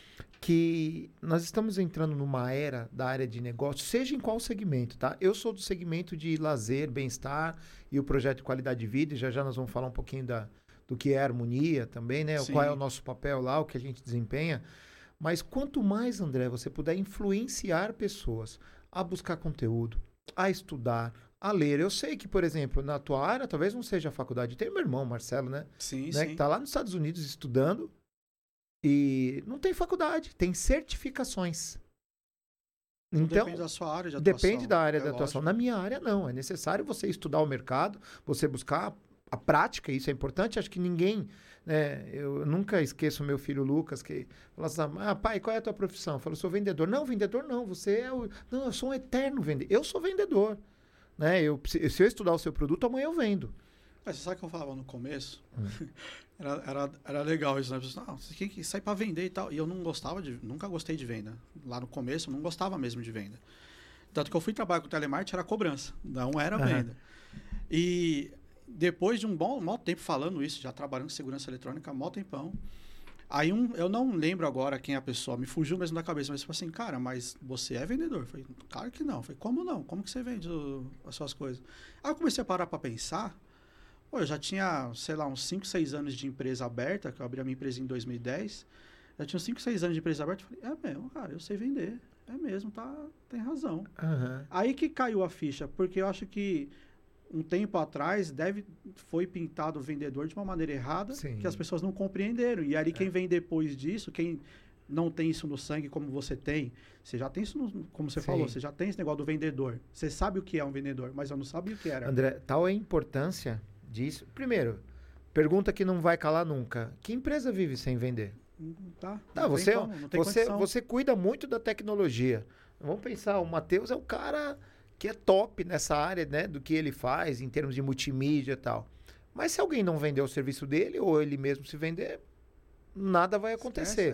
que nós estamos entrando numa era da área de negócio, seja em qual segmento, tá? Eu sou do segmento de lazer, bem-estar e o projeto de qualidade de vida, e já nós vamos falar um pouquinho do que é harmonia também, né? Qual é o nosso papel lá, o que a gente desempenha. Mas quanto mais, André, você puder influenciar pessoas a buscar conteúdo, a estudar, a ler. Eu sei que, por exemplo, na tua área, talvez não seja a faculdade. Tem meu irmão, Marcelo, né? Sim, Que tá lá nos Estados Unidos estudando e não tem faculdade, tem certificações. Então, depende da sua área de atuação. depende da área de atuação. lógico. Na minha área, não. É necessário você estudar o mercado, você buscar a prática, isso é importante. Acho que ninguém, né? Eu nunca esqueço o meu filho Lucas, que fala assim, pai, qual é a tua profissão? Eu falo, sou vendedor. Não, vendedor não, você é o... Não, eu sou um eterno vendedor. Eu sou vendedor. Né? Se eu estudar o seu produto, amanhã eu vendo. Mas você sabe o que eu falava no começo? Era legal isso, né? Você tem que sair para vender e tal. E eu nunca gostei de venda. Lá no começo, eu não gostava mesmo de venda. Tanto que eu fui trabalhar com telemarketing, era cobrança. Não era venda. E depois de um bom tempo falando isso, já trabalhando com segurança eletrônica, mó tempão. Aí eu não lembro agora quem é a pessoa, me fugiu mesmo da cabeça, mas falou assim, cara, mas você é vendedor? Eu falei, claro que não. Eu falei, como não? Como que você vende as suas coisas? Aí eu comecei a parar para pensar. Pô, eu já tinha, sei lá, uns 5, 6 anos de empresa aberta, que eu abri a minha empresa em 2010. Já tinha uns 5, 6 anos de empresa aberta. Eu falei, é mesmo, cara, eu sei vender. É mesmo, tem razão. Aí que caiu a ficha, porque eu acho que um tempo atrás foi pintado o vendedor de uma maneira errada, Sim. que as pessoas não compreenderam. E aí quem vem depois disso, quem não tem isso no sangue como você tem, você já tem isso, como você Sim. falou, você já tem esse negócio do vendedor. Você sabe o que é um vendedor, mas eu não sabia o que era. André, tal é a importância disso. Primeiro, pergunta que não vai calar nunca. Que empresa vive sem vender? Tá, Você cuida muito da tecnologia. Vamos pensar, o Matheus é um cara que é top nessa área, né, do que ele faz em termos de multimídia e tal. Mas se alguém não vender o serviço dele ou ele mesmo se vender, nada vai acontecer.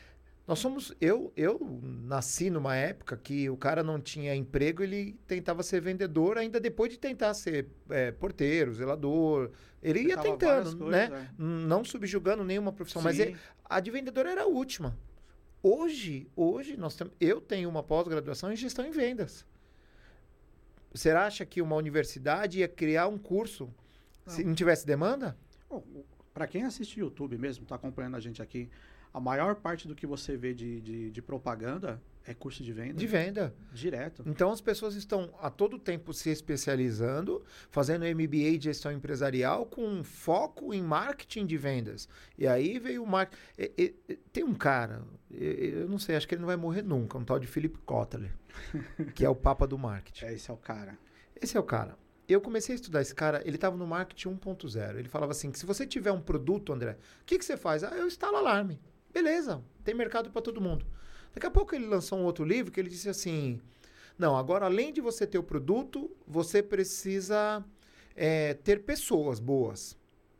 Eu nasci numa época que o cara não tinha emprego, ele tentava ser vendedor ainda depois de tentar ser porteiro, zelador. Ele ia tentando, coisas, né? Não subjugando nenhuma profissão, Sim. mas a de vendedor era a última. Hoje eu tenho uma pós-graduação em gestão em vendas. Você acha que uma universidade ia criar um curso se não tivesse demanda? Para quem assiste YouTube mesmo, está acompanhando a gente aqui, a maior parte do que você vê de propaganda é curso de venda. De venda. Direto. Então as pessoas estão a todo tempo se especializando, fazendo MBA de gestão empresarial com foco em marketing de vendas. E aí veio o marketing. Tem um cara, eu não sei, acho que ele não vai morrer nunca, um tal de Philip Kotler, que é o papa do marketing. Esse é o cara. Esse é o cara. Eu comecei a estudar esse cara, ele estava no marketing 1.0. Ele falava assim, que se você tiver um produto, André, o que você faz? Eu instalo alarme. Beleza, tem mercado para todo mundo. Daqui a pouco ele lançou um outro livro que ele disse assim, não, agora além de você ter o produto, você precisa ter pessoas boas.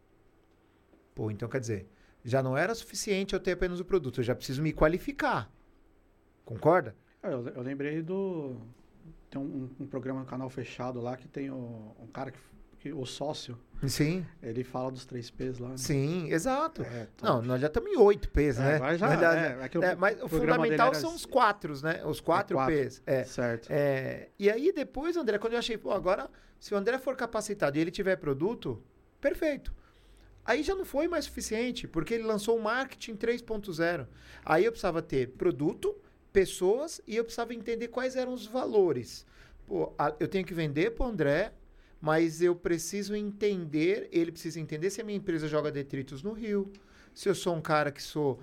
Pô, então quer dizer, já não era suficiente eu ter apenas o produto, eu já preciso me qualificar. Concorda? Eu lembrei tem um programa no canal fechado lá que tem um cara o sócio. Sim. Ele fala dos 3 P's lá. Né? Sim, exato. Não, nós já estamos em 8 P's, né? Mas já, mas o fundamental são os 4, né? Os 4 P's. Certo. E aí depois, André, quando eu achei, agora, se o André for capacitado e ele tiver produto, perfeito. Aí já não foi mais suficiente, porque ele lançou o marketing 3.0. Aí eu precisava ter produto, pessoas e eu precisava entender quais eram os valores. Pô, eu tenho que vender para o André, mas eu preciso entender, ele precisa entender se a minha empresa joga detritos no rio, se eu sou um cara que sou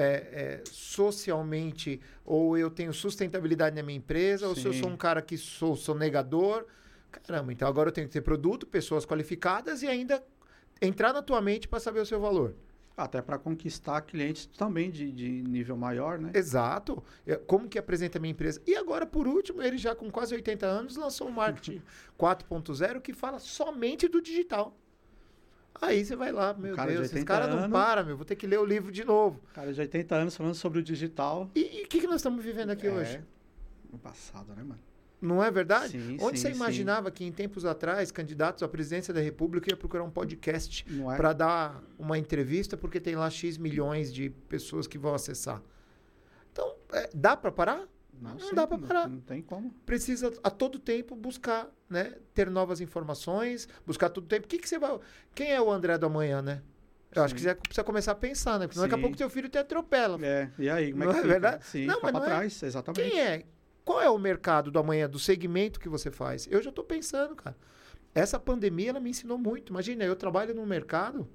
socialmente, ou eu tenho sustentabilidade na minha empresa, Sim. ou se eu sou um cara que sou negador. Caramba, então agora eu tenho que ter produto, pessoas qualificadas e ainda entrar na tua mente para saber o seu valor. Até para conquistar clientes também de nível maior, né? Exato. Como que apresenta a minha empresa? E agora, por último, ele já com quase 80 anos lançou um marketing 4.0 que fala somente do digital. Aí você vai lá, meu Deus, esse cara não para, vou ter que ler o livro de novo. Cara de 80 anos falando sobre o digital. E o que nós estamos vivendo aqui hoje? No passado, né, mano? Não é verdade? Sim, Onde você imaginava que em tempos atrás, candidatos à presidência da República iam procurar um podcast é? para dar uma entrevista porque tem lá X milhões de pessoas que vão acessar? Então, dá para parar? Não dá para parar. Não tem como. Precisa a todo tempo buscar, né? Ter novas informações, buscar a todo tempo. Você vai... Quem é o André do amanhã, né? Eu acho que você precisa começar a pensar, né? Porque daqui a pouco teu filho te atropela. E aí, como não é que é verdade? Sim, não, mas pra trás, exatamente. Quem é? qual é o mercado do amanhã, do segmento que você faz? Eu já estou pensando, cara. Essa pandemia, ela me ensinou muito. Imagina, eu trabalho num mercado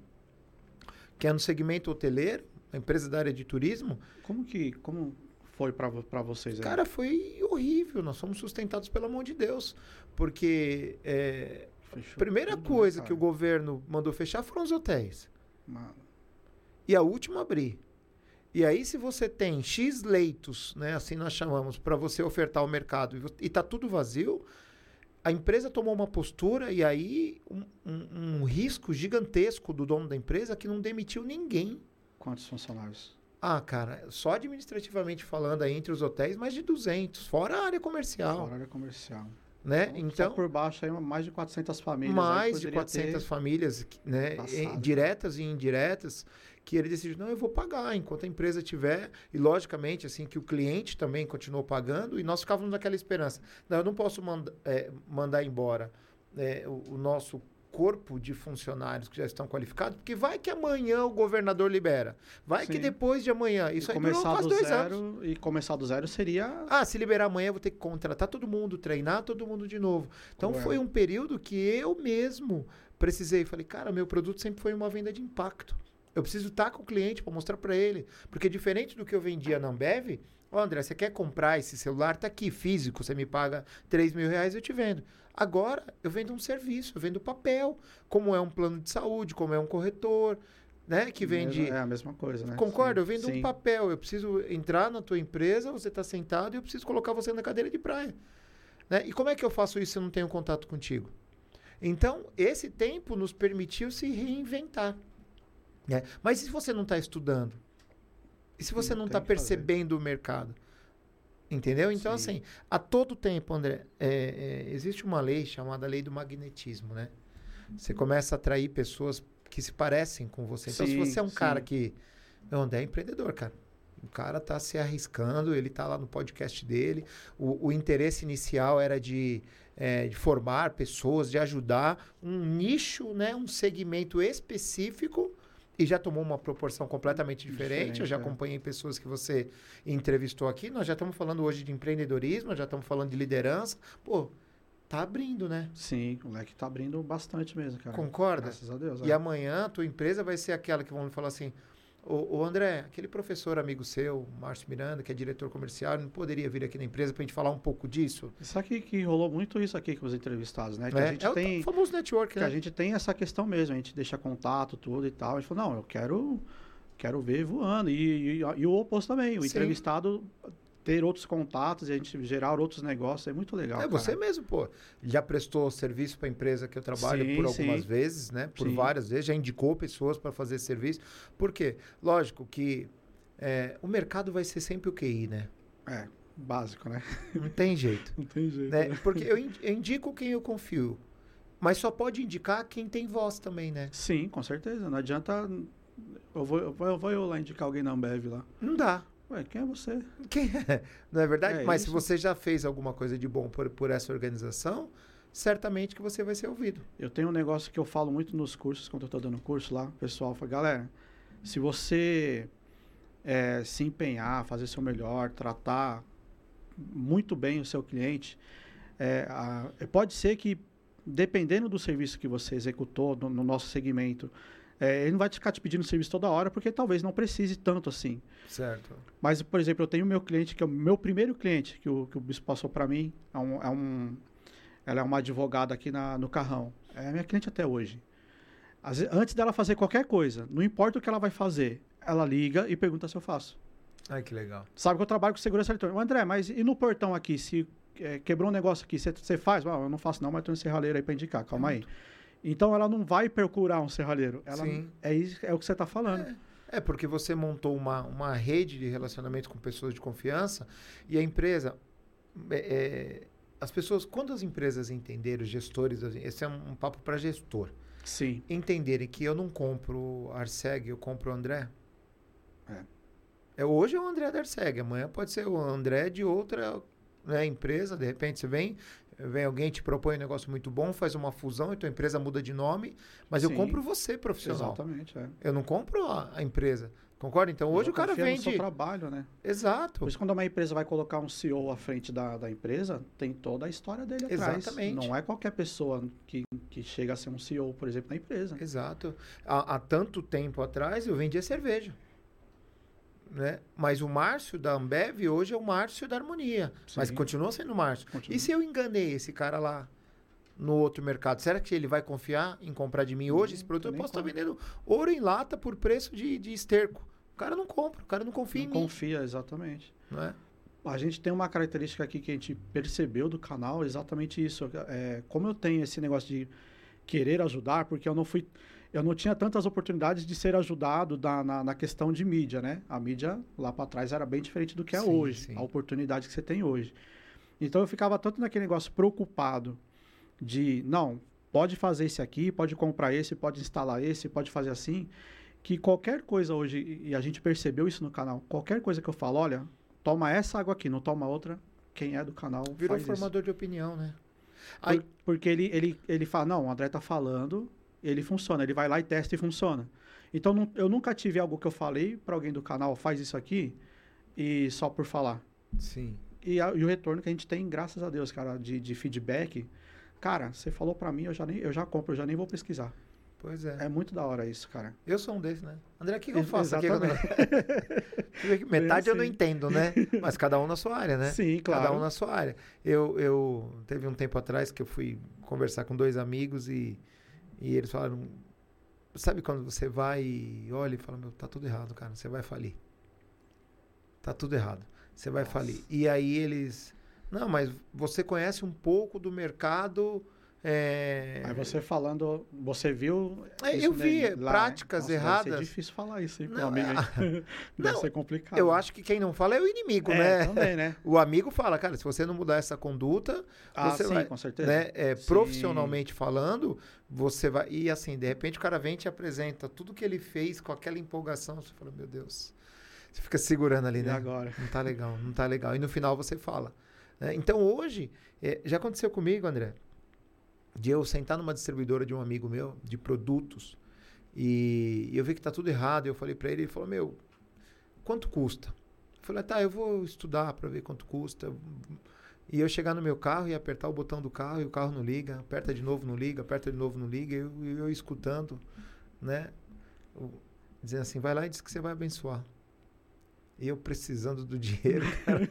que é no segmento hoteleiro, uma empresa da área de turismo. Como foi para vocês? Aí? Cara, foi horrível. Nós fomos sustentados pela mão de Deus. Porque a primeira coisa que o governo mandou fechar foram os hotéis. Mano. E a última abrir. E aí, se você tem X leitos, né, assim nós chamamos, para você ofertar ao mercado, e está tudo vazio, a empresa tomou uma postura e aí um risco gigantesco do dono da empresa que não demitiu ninguém. Quantos funcionários? Ah, cara, só administrativamente falando aí entre os hotéis, mais de 200, fora a área comercial. Fora a área comercial. Né? Então, só por baixo aí mais de 400 famílias. Mais de 400 famílias, né, diretas e indiretas, que ele decidiu, não, eu vou pagar enquanto a empresa tiver, e logicamente, assim, que o cliente também continuou pagando, e nós ficávamos naquela esperança. Não, eu não posso mandar embora o nosso corpo de funcionários que já estão qualificados, porque vai que amanhã o governador libera. Vai que depois de amanhã. Isso aí durou quase 2 anos. E começar do zero seria... Ah, se liberar amanhã eu vou ter que contratar todo mundo, treinar todo mundo de novo. Então foi um período que eu mesmo precisei. Falei, cara, meu produto sempre foi uma venda de impacto. Eu preciso estar com o cliente para mostrar para ele. Porque diferente do que eu vendia na Ambev, André, você quer comprar esse celular? Tá aqui, físico, você me paga R$3.000, eu te vendo. Agora, eu vendo um serviço, eu vendo papel, como é um plano de saúde, como é um corretor, né? Que vende... É a mesma coisa, né? Concorda? Eu vendo um papel, eu preciso entrar na tua empresa, você está sentado e eu preciso colocar você na cadeira de praia. Né? E como é que eu faço isso se eu não tenho contato contigo? Então, esse tempo nos permitiu se reinventar. Né? Mas e se você não está estudando? E se você não está percebendo o mercado? Entendeu? Então, assim, a todo tempo, André, existe uma lei chamada lei do magnetismo, né? Você começa a atrair pessoas que se parecem com você. Então, se você é um cara que... O André é empreendedor, cara. O cara tá se arriscando, ele tá lá no podcast dele. O interesse inicial era de formar pessoas, de ajudar um nicho, né? Um segmento específico. E já tomou uma proporção completamente diferente. Eu já acompanhei pessoas que você entrevistou aqui. Nós já estamos falando hoje de empreendedorismo, já estamos falando de liderança. Pô, tá abrindo, né? Sim, o leque tá abrindo bastante mesmo, cara. Concorda? Graças a Deus. E amanhã a tua empresa vai ser aquela que vão me falar assim, ô André, aquele professor amigo seu, Márcio Miranda, que é diretor comercial, não poderia vir aqui na empresa pra gente falar um pouco disso? Sabe que rolou muito isso aqui com os entrevistados, né? Que a gente tem o famoso network, né? A gente tem essa questão mesmo, a gente deixa contato, tudo e tal. A gente falou, não, eu quero ver voando. E o oposto também, o entrevistado ter outros contatos e a gente gerar outros negócios, é muito legal. Você mesmo, pô, já prestou serviço para a empresa que eu trabalho por algumas vezes, né? Por várias vezes, já indicou pessoas para fazer serviço. Por quê? Lógico que o mercado vai ser sempre o QI, né? Básico, né? Não tem jeito. Não tem jeito. Né? Porque eu indico quem eu confio, mas só pode indicar quem tem voz também, né? Sim, com certeza. Não adianta... Eu vou lá indicar alguém na Ambev lá. Não dá. Ué, quem é você? Quem é? Não é verdade? Mas isso. se você já fez alguma coisa de bom por essa organização, certamente que você vai ser ouvido. Eu tenho um negócio que eu falo muito nos cursos, quando eu estou dando curso lá, o pessoal fala, galera, se você se empenhar, fazer seu melhor, tratar muito bem o seu cliente, pode ser que, dependendo do serviço que você executou no nosso segmento, ele não vai ficar te pedindo serviço toda hora, porque talvez não precise tanto assim. Certo. Mas, por exemplo, eu tenho o meu cliente, que é o meu primeiro cliente, que o Bispo passou para mim. Ela é uma advogada aqui no Carrão. É minha cliente até hoje. Antes dela fazer qualquer coisa, não importa o que ela vai fazer, ela liga e pergunta se eu faço. Ai, que legal. Sabe que eu trabalho com segurança eletrônica. André, mas e no portão aqui? Se quebrou um negócio aqui, você faz? Eu não faço não, mas tem um serralheiro aí para indicar. Calma aí. Então, ela não vai procurar um serralheiro. Ela, é o que você está falando. Porque você montou uma rede de relacionamento com pessoas de confiança e a empresa... as pessoas, quando as empresas entenderem, os gestores... Esse é um papo para gestor. Sim. Entenderem que eu não compro Arseg, eu compro o André. Hoje é o André da Arseg, amanhã pode ser o André de outra empresa. De repente você vem alguém, te propõe um negócio muito bom, faz uma fusão e tua empresa muda de nome, mas eu compro você, profissional. Exatamente, Eu não compro a empresa. Concorda? Então hoje o cara confia no vende... seu trabalho, né? Exato. Por isso, quando uma empresa vai colocar um CEO à frente da empresa, tem toda a história dele atrás. Exatamente. Não é qualquer pessoa que chega a ser um CEO, por exemplo, na empresa. Exato. Há tanto tempo atrás eu vendia cerveja. Né? Mas o Márcio da Ambev hoje é o Márcio da Harmonia. Sim. Mas continua sendo o Márcio. Continua. E se eu enganei esse cara lá no outro mercado? Será que ele vai confiar em comprar de mim hoje esse produto? Eu posso estar vendendo ouro em lata por preço de esterco. O cara não compra, o cara não confia em mim. Não confia, exatamente. Não é? A gente tem uma característica aqui que a gente percebeu do canal, exatamente isso. Como eu tenho esse negócio de querer ajudar, porque eu não tinha tantas oportunidades de ser ajudado na questão de mídia, né? A mídia lá para trás era bem diferente do que é Sim, hoje, sim. a oportunidade que você tem hoje. Então eu ficava tanto naquele negócio preocupado de, não, pode fazer esse aqui, pode comprar esse, pode instalar esse, pode fazer assim, que qualquer coisa hoje, e a gente percebeu isso no canal, qualquer coisa que eu falo, olha, toma essa água aqui, não toma outra, quem é do canal Virou faz formador de opinião, né? isso. Porque ele fala, não, o André tá falando, ele funciona, ele vai lá e testa e funciona. Então eu nunca tive algo que eu falei para alguém do canal, faz isso aqui, e só por falar. Sim. E o retorno que a gente tem, graças a Deus, cara, de feedback, cara, você falou para mim, eu já compro, eu já nem vou pesquisar. Pois é. É muito da hora isso, cara. Eu sou um desses, né? André, o que eu faço aqui? Exatamente. Metade eu não assim. entendo, né? Mas cada um na sua área, né? Sim, claro. Cada um na sua área. Eu teve um tempo atrás que eu fui conversar com 2 amigos e eles falaram, sabe quando você vai e olha e fala, meu, tá tudo errado, cara, você vai falir. Tá tudo errado. Você vai falir. E aí eles, não, mas você conhece um pouco do mercado... Aí você falando, você viu... eu vi lá, práticas né? Nossa, erradas. deve ser difícil falar isso, hein, pro Não, amigo, hein? Deve não, ser complicado. Eu acho que quem não fala é o inimigo, né? Também, né? O amigo fala, cara, se você não mudar essa conduta, você sim, vai, com certeza. né, Sim. profissionalmente falando, você vai... E assim, de repente o cara vem e te apresenta tudo que ele fez com aquela empolgação, você fala, meu Deus... Você fica segurando ali, E né? agora? Não tá legal, não tá legal. E no final você fala. Né? Então hoje, já aconteceu comigo, André, de eu sentar numa distribuidora de um amigo meu, de produtos, e eu vi que tá tudo errado, eu falei para ele, ele falou, meu, quanto custa? Eu falei, tá, eu vou estudar para ver quanto custa. E eu chegar no meu carro e apertar o botão do carro e o carro não liga, aperta de novo, não liga, aperta de novo, não liga, e eu escutando, né? Dizendo assim, vai lá e diz que você vai abençoar. E eu precisando do dinheiro, cara.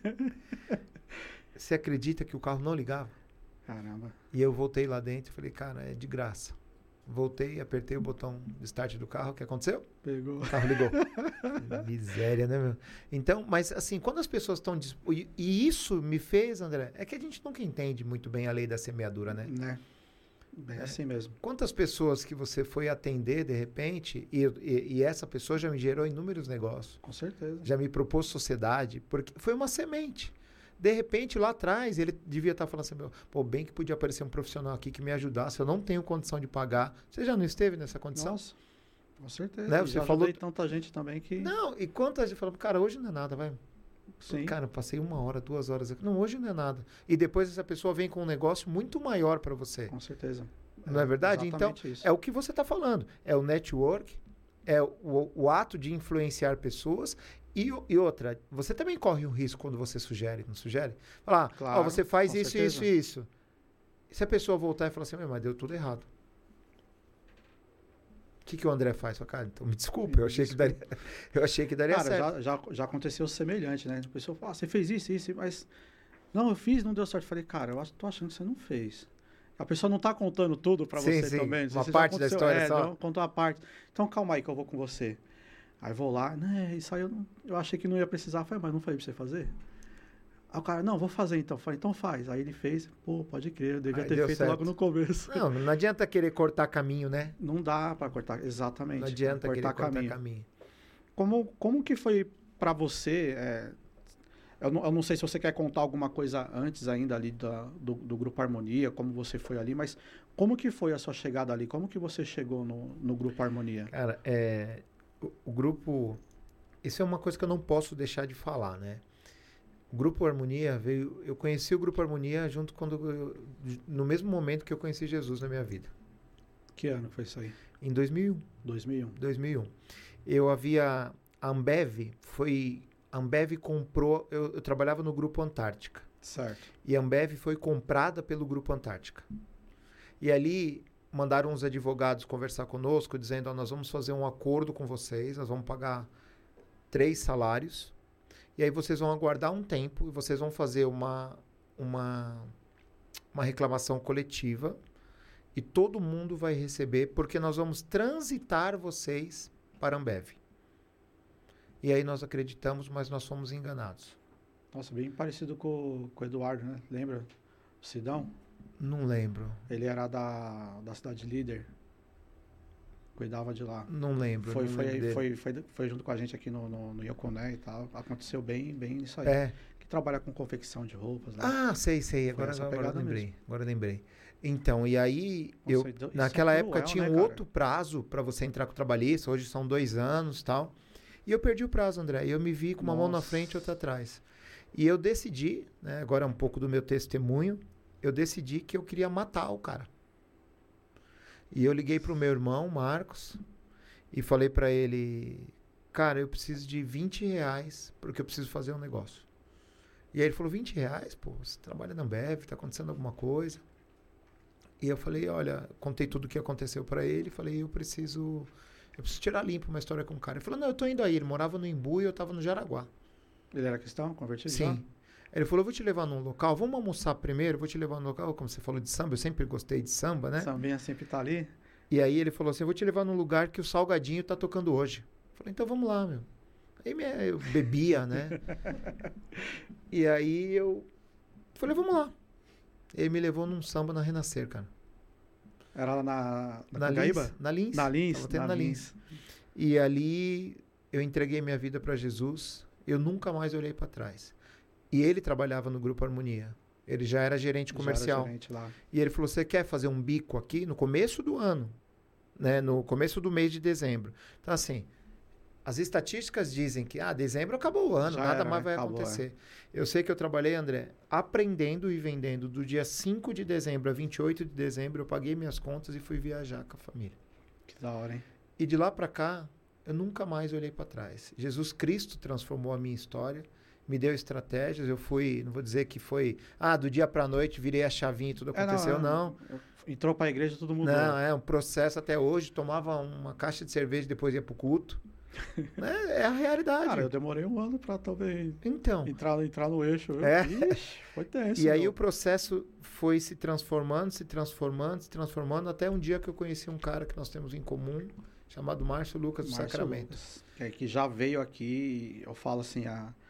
Você acredita que o carro não ligava? Caramba. E eu voltei lá dentro e falei, cara, é de graça. Voltei, apertei o botão de start do carro, o que aconteceu? Pegou. O carro ligou. Miséria, né, meu? Então, mas assim, quando as pessoas estão... E isso me fez, André, é que a gente nunca entende muito bem a lei da semeadura, né? É assim mesmo. Quantas pessoas que você foi atender, de repente, e essa pessoa já me gerou inúmeros negócios. Com certeza. Já me propôs sociedade, porque foi uma semente. De repente, lá atrás, ele devia estar falando assim, pô, bem que podia aparecer um profissional aqui que me ajudasse, eu não tenho condição de pagar. Você já não esteve nessa condição? Nossa, com certeza. Né? Você falou tanta gente também que... Não, e quantas gente falou, cara, hoje não é nada, vai. Sim. Cara, passei 1 hora, 2 horas aqui. Não, hoje não é nada. E depois essa pessoa vem com um negócio muito maior para você. Com certeza. Não é verdade? Então, isso. é o que você está falando. É o network, é o ato de influenciar pessoas. E outra, você também corre um risco quando você sugere, não sugere? Falar, Claro, você faz com isso, certeza. isso e isso. E se a pessoa voltar e falar assim, mas deu tudo errado. O que o André faz? Fala, cara, então me desculpa, eu achei que daria Cara, certo. já aconteceu semelhante, né? A pessoa fala, você fez isso, mas... Não, eu fiz, não deu certo. Eu falei, cara, tô achando que você não fez. A pessoa não tá contando tudo pra você também. Uma parte da história só. Contou a parte. Então, calma aí que eu vou com você. Aí vou lá, né, isso aí eu achei que não ia precisar. Eu falei, mas não falei pra você fazer? Aí o cara, não, vou fazer então. Eu falei, então faz. Aí ele fez, pô, pode crer, eu devia ter feito certo. logo no começo. Não adianta querer cortar caminho, né? Não dá pra cortar, exatamente. Não adianta querer cortar caminho. Como que foi pra você... Eu não sei se você quer contar alguma coisa antes ainda ali do Grupo Harmonia, como você foi ali, mas como que foi a sua chegada ali? Como que você chegou no Grupo Harmonia? Cara, o grupo... Isso é uma coisa que eu não posso deixar de falar, né? O Grupo Harmonia veio... Eu conheci o Grupo Harmonia no mesmo momento que eu conheci Jesus na minha vida. Que ano foi isso aí? Em 2001. 2001. 2001. A Ambev comprou... Eu trabalhava no Grupo Antártica. Certo. E a Ambev foi comprada pelo Grupo Antártica. E ali mandaram uns advogados conversar conosco, dizendo, nós vamos fazer um acordo com vocês, nós vamos pagar 3 salários, e aí vocês vão aguardar um tempo, e vocês vão fazer uma reclamação coletiva, e todo mundo vai receber, porque nós vamos transitar vocês para a Ambev. E aí nós acreditamos, mas nós fomos enganados. Nossa, bem parecido com o Eduardo, né? Lembra? O Sidão? Não lembro. Ele era da cidade líder. Cuidava de lá. Não lembro. Foi junto com a gente aqui no Yoconé e tal. Aconteceu bem isso aí. Que trabalha com confecção de roupas. Né? Ah, sei. Agora eu lembrei. Então, e aí, naquela época tinha um outro prazo para você entrar com o trabalhista. Hoje são 2 anos e tal. E eu perdi o prazo, André. E eu me vi com uma mão na frente e outra atrás. E eu decidi, né, agora é um pouco do meu testemunho, eu decidi que eu queria matar o cara. E eu liguei pro meu irmão, Marcos, e falei para ele, cara, eu preciso de R$20 porque eu preciso fazer um negócio. E aí ele falou, R$20? Pô, você trabalha na Ambev, tá acontecendo alguma coisa? E eu falei, olha, contei tudo o que aconteceu para ele, falei, eu preciso tirar limpo uma história com o cara. Ele falou, não, eu tô indo aí. Ele morava no Imbu e eu tava no Jaraguá. Ele era cristão, convertido? Sim. Já? Ele falou, eu vou te levar num local, vamos almoçar primeiro, vou te levar num local, como você falou de samba, eu sempre gostei de samba, né? Sambinha sempre tá ali. E aí ele falou assim, eu vou te levar num lugar que o Salgadinho tá tocando hoje. Eu falei, então vamos lá, meu. Aí eu bebia, né? E aí eu falei, vamos lá. Ele me levou num samba na Renascer, cara. Era lá na Lins, na Lins. Na Lins. Tava tendo na Lins. E ali eu entreguei minha vida para Jesus. Eu nunca mais olhei para trás. E ele trabalhava no Grupo Harmonia. Ele já era gerente comercial. Já era gerente lá. E ele falou, você quer fazer um bico aqui no começo do ano? Né? No começo do mês de dezembro. Então, assim, as estatísticas dizem que dezembro acabou o ano, nada mais vai acontecer. Eu sei que eu trabalhei, André, aprendendo e vendendo do dia 5 de dezembro a 28 de dezembro. Eu paguei minhas contas e fui viajar com a família. Que da hora, hein? E de lá para cá, eu nunca mais olhei para trás. Jesus Cristo transformou a minha história, me deu estratégias. Eu fui, não vou dizer que foi, do dia para noite virei a chavinha e tudo aconteceu, não. Entrou para a igreja, todo mundo. Não, é um processo até hoje. Tomava uma caixa de cerveja, depois ia pro culto. É a realidade. Cara, eu demorei 1 ano para talvez entrar no eixo. Ixi, foi tenso. E aí o processo foi se transformando, até um dia que eu conheci um cara que nós temos em comum, chamado Márcio Lucas do Sacramento. Lucas, que já veio aqui, eu falo assim,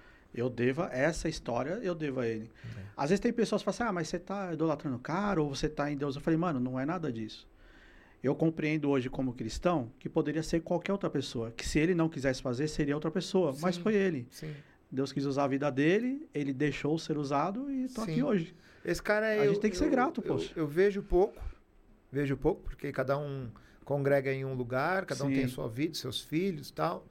essa história eu devo a ele. Às vezes tem pessoas que falam assim, mas você tá idolatrando o cara, ou você tá em Deus. Eu falei, mano, não é nada disso. Eu compreendo hoje como cristão que poderia ser qualquer outra pessoa. Que se ele não quisesse fazer, seria outra pessoa. Sim, mas foi ele. Sim. Deus quis usar a vida dele, ele deixou ser usado e tô aqui hoje. Esse cara a gente tem que ser grato, poxa. Eu vejo pouco, porque cada um congrega em um lugar, cada um tem a sua vida, seus filhos e tal.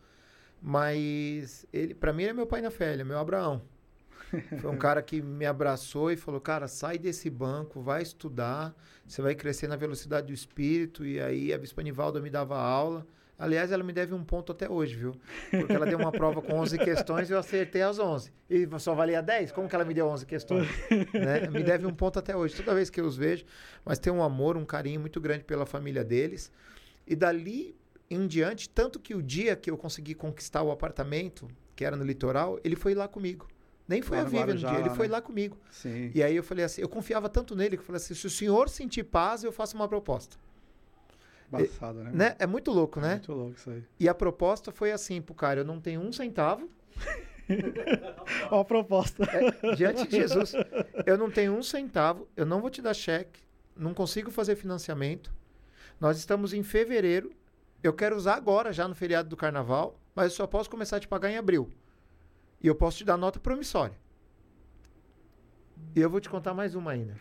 Mas ele, pra mim, ele é meu pai na fé, ele é meu Abraão. Foi um cara que me abraçou e falou, cara, sai desse banco, vai estudar, você vai crescer na velocidade do espírito. E aí a Bispa Nivalda me dava aula. Aliás, ela me deve um ponto até hoje, viu? Porque ela deu uma prova com 11 questões e eu acertei as 11. E só valia 10? Como que ela me deu 11 questões? Né? Me deve um ponto até hoje, toda vez que eu os vejo. Mas tem um amor, um carinho muito grande pela família deles. E dali em diante, tanto que o dia que eu consegui conquistar o apartamento, que era no litoral, ele foi lá comigo. Nem foi a Vivian no dia, ele foi lá comigo. Sim. E aí eu falei assim, eu confiava tanto nele, que eu falei assim, se o senhor sentir paz, eu faço uma proposta. Embaçado, né? É muito louco, né? Muito louco isso aí. E a proposta foi assim pro cara, eu não tenho 1 centavo. Olha a proposta. Diante de Jesus, eu não tenho 1 centavo, eu não vou te dar cheque, não consigo fazer financiamento. Nós estamos em fevereiro, eu quero usar agora, já no feriado do carnaval, mas eu só posso começar a te pagar em abril. E eu posso te dar nota promissória. E eu vou te contar mais uma ainda.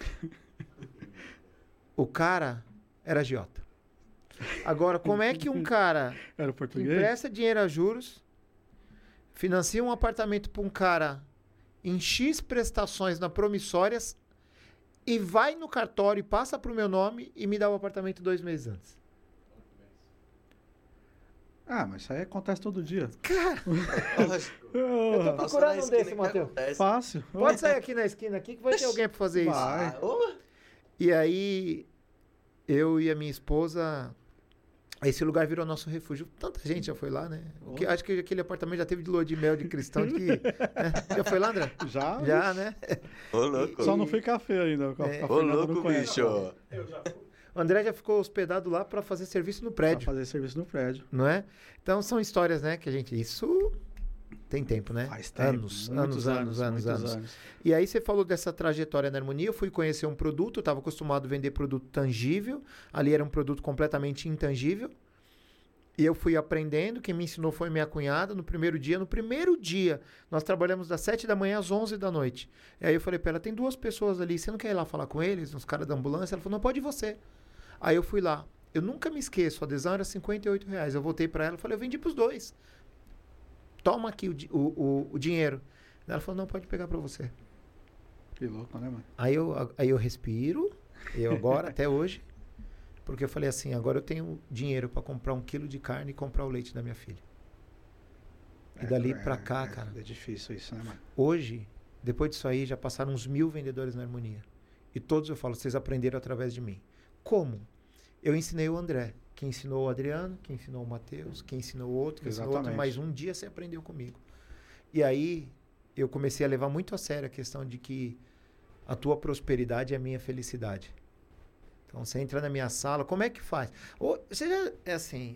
O cara era agiota. Agora, como é que um cara empresta dinheiro a juros, financia um apartamento para um cara em X prestações na promissórias e vai no cartório e passa para o meu nome e me dá o apartamento 2 meses antes? Ah, mas isso aí acontece todo dia. Eu tô procurando um desse, Matheus. Fácil. Pode sair aqui na esquina aqui que vai ter alguém pra fazer isso. Vai. E aí, eu e a minha esposa... Esse lugar virou nosso refúgio. Tanta gente já foi lá, né? Acho que aquele apartamento já teve de lua de mel de cristão. Né? Já foi lá, André? Já. Já, né? Ô, louco. Só não fui café ainda. Ô, louco, bicho. O André já ficou hospedado lá para fazer serviço no prédio. Pra fazer serviço no prédio. Não é? Então, são histórias, né? Que a gente... Isso tem tempo, né? Faz tempo. Anos. E aí você falou dessa trajetória na Harmonia. Eu fui conhecer um produto. Eu estava acostumado a vender produto tangível. Ali era um produto completamente intangível. E eu fui aprendendo. Quem me ensinou foi minha cunhada. No primeiro dia, nós trabalhamos das 7 da manhã às 11 da noite. E aí eu falei para ela, tem 2 pessoas ali. Você não quer ir lá falar com eles? Os caras da ambulância? Ela falou, não, pode ir você. Aí eu fui lá. Eu nunca me esqueço. A adesão era R$58. Eu voltei para ela e falei, eu vendi para os 2. Toma aqui o dinheiro. Ela falou, não, pode pegar para você. Que louco, né, mano? Aí eu respiro. Eu agora, até hoje. Porque eu falei assim, agora eu tenho dinheiro para comprar 1 quilo de carne e comprar o leite da minha filha. E dali para cá, cara. É difícil isso, né, mano? Hoje, depois disso aí, já passaram uns 1000 vendedores na Harmonia. E todos eu falo, vocês aprenderam através de mim. Como? Eu ensinei o André, que ensinou o Adriano, que ensinou o Matheus, que ensinou o outro, que ensinou outro, mas um dia você aprendeu comigo. E aí, eu comecei a levar muito a sério a questão de que a tua prosperidade é a minha felicidade. Então, você entra na minha sala, como é que faz? Ou, você já, é assim,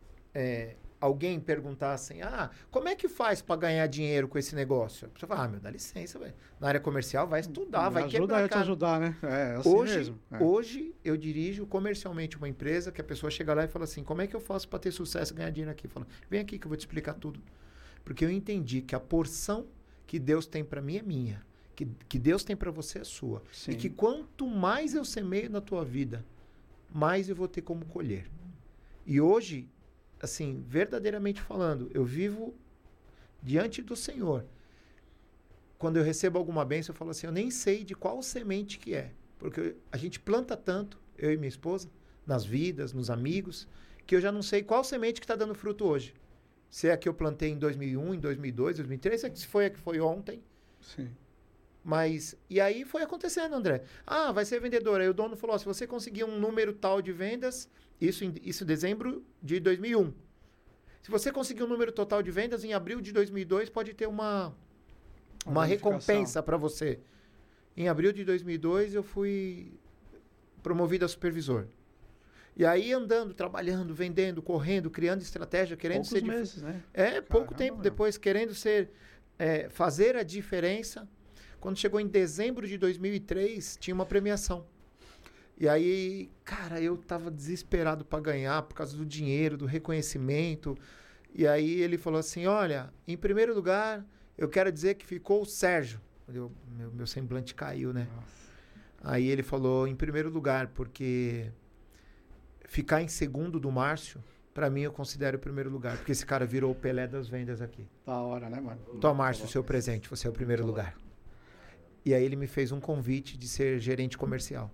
alguém perguntar assim, como é que faz para ganhar dinheiro com esse negócio? Você fala, meu, dá licença, velho. Na área comercial, vai estudar, vai quebrar. Ajuda a te ajudar, né? É assim mesmo. Hoje, eu dirijo comercialmente uma empresa que a pessoa chega lá e fala assim, como é que eu faço para ter sucesso e ganhar dinheiro aqui? Fala, vem aqui que eu vou te explicar tudo. Porque eu entendi que a porção que Deus tem para mim é minha. Que Deus tem para você é sua. Sim. E que quanto mais eu semeio na tua vida, mais eu vou ter como colher. E hoje, assim, verdadeiramente falando, eu vivo diante do Senhor. Quando eu recebo alguma bênção, eu falo assim, eu nem sei de qual semente que é. Porque a gente planta tanto, eu e minha esposa, nas vidas, nos amigos, que eu já não sei qual semente que está dando fruto hoje. Se é a que eu plantei em 2001, em 2002, 2003, se foi a que foi ontem. Sim. Mas, e aí foi acontecendo, André. Vai ser vendedor. Aí o dono falou, se você conseguir um número tal de vendas, isso em dezembro de 2001. Se você conseguir um número total de vendas, em abril de 2002, pode ter uma recompensa para você. Em abril de 2002, eu fui promovido a supervisor. E aí andando, trabalhando, vendendo, correndo, criando estratégia, querendo Poucos ser... meses, né? Pouco tempo depois, querendo fazer a diferença. Quando chegou em dezembro de 2003, tinha uma premiação. E aí, cara, eu tava desesperado para ganhar por causa do dinheiro, do reconhecimento. E aí ele falou assim, olha, em primeiro lugar, eu quero dizer que ficou o Sérgio. Meu semblante caiu, né? Nossa. Aí ele falou, em primeiro lugar, porque ficar em segundo do Márcio, para mim eu considero o primeiro lugar. Porque esse cara virou o Pelé das vendas aqui. Da hora, né, mano? Toma, Márcio, o seu presente, você é o primeiro lugar. E aí ele me fez um convite de ser gerente comercial.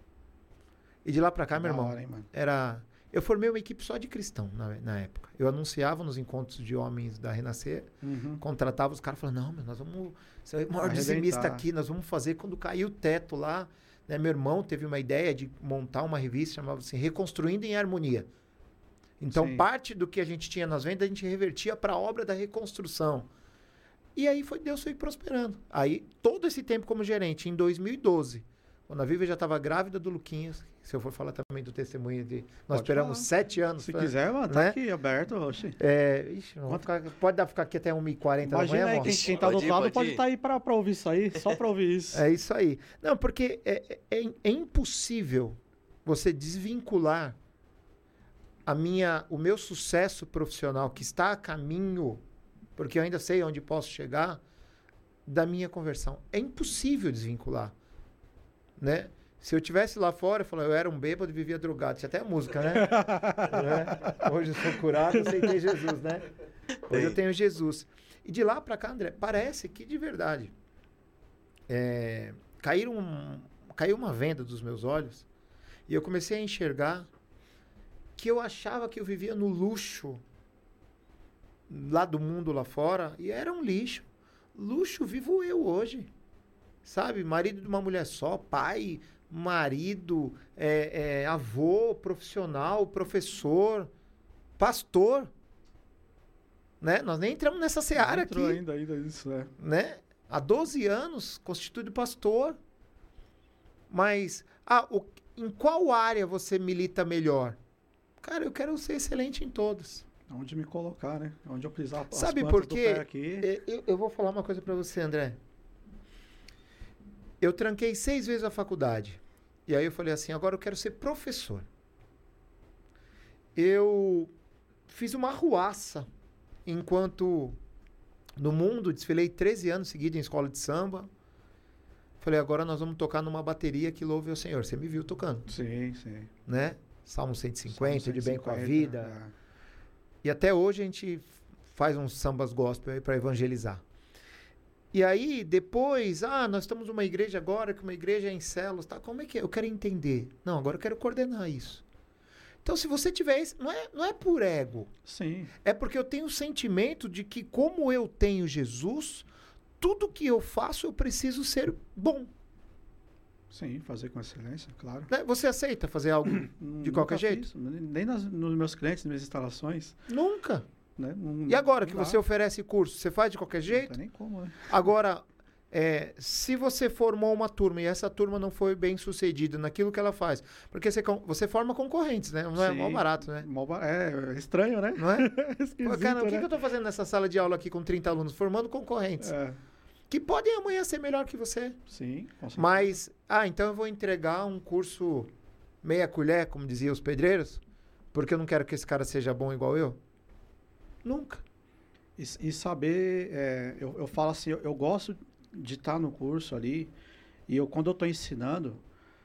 E de lá pra cá, meu irmão, hora, hein, mano? eu formei uma equipe só de cristão na época. Eu anunciava nos encontros de homens da Renascer, contratava os caras, falava, não, nós vamos ser o maior dizimista aqui, nós vamos fazer quando cair o teto lá. Né? Meu irmão teve uma ideia de montar uma revista, chamava assim, Reconstruindo em Harmonia. Então, parte do que a gente tinha nas vendas, a gente revertia para a obra da reconstrução. E aí Deus foi prosperando. Aí, todo esse tempo como gerente, em 2012, quando a Vivi já estava grávida do Luquinhas, se eu for falar também do testemunho de... Nós esperamos 7 anos. Se quiser, mano, tá aqui, aberto, oxi. Pode ficar aqui até 1h40 da manhã, imagina aí, quem tá do outro lado pode estar aí para ouvir isso aí, só para ouvir isso. É isso aí. Não, porque é impossível você desvincular o meu sucesso profissional, que está a caminho, porque eu ainda sei onde posso chegar, da minha conversão. É impossível desvincular, né? Se eu tivesse lá fora, eu era um bêbado e vivia drogado. Tinha até a música, né? Hoje eu sou curado, eu aceitei Jesus, né? Hoje eu tenho Jesus. E de lá para cá, André, parece que de verdade caiu uma venda dos meus olhos e eu comecei a enxergar que eu achava que eu vivia no luxo lá do mundo lá fora e era um lixo. Luxo vivo eu hoje. Sabe? Marido de uma mulher só, pai, marido, avô, profissional, professor, pastor. Né? Nós nem entramos nessa seara aqui. Ainda isso, né? Há 12 anos, constituído pastor. Mas, em qual área você milita melhor? Cara, eu quero ser excelente em todas. Onde me colocar, né? Onde eu pisar as Sabe por quê? Eu vou falar uma coisa pra você, André. Eu tranquei 6 vezes a faculdade. E aí eu falei assim, agora eu quero ser professor. Eu fiz uma arruaça enquanto no mundo desfilei 13 anos seguidos em escola de samba. Falei, agora nós vamos tocar numa bateria que louve ao Senhor. Você me viu tocando. Sim. Né? Salmo 150, de bem com a vida. É. E até hoje a gente faz uns sambas gospel aí para evangelizar. E aí, depois, nós estamos numa igreja agora, que uma igreja é em células, tá? Como é que é? Eu quero entender. Não, agora eu quero coordenar isso. Então, se você tiver isso, não é por ego. Sim. É porque eu tenho o sentimento de que, como eu tenho Jesus, tudo que eu faço eu preciso ser bom. Sim, fazer com excelência, claro. Né? Você aceita fazer algo de qualquer jeito? Fiz, nem nos meus clientes, nas minhas instalações. Nunca. Né? E agora que você oferece curso, você faz de qualquer jeito? Não tem nem como, né? Agora, se você formou uma turma e essa turma não foi bem sucedida naquilo que ela faz, porque você forma concorrentes, né? Não é mó barato, né? É estranho, né? Não é? Esquisito, cara, o que né? eu tô fazendo nessa sala de aula aqui com 30 alunos? Formando concorrentes. Que podem amanhã ser melhor que você. Sim, com certeza. Mas, então eu vou entregar um curso meia colher, como diziam os pedreiros, porque eu não quero que esse cara seja bom igual eu? Nunca. E saber, eu falo assim, eu gosto de estar no curso ali, e quando eu estou ensinando,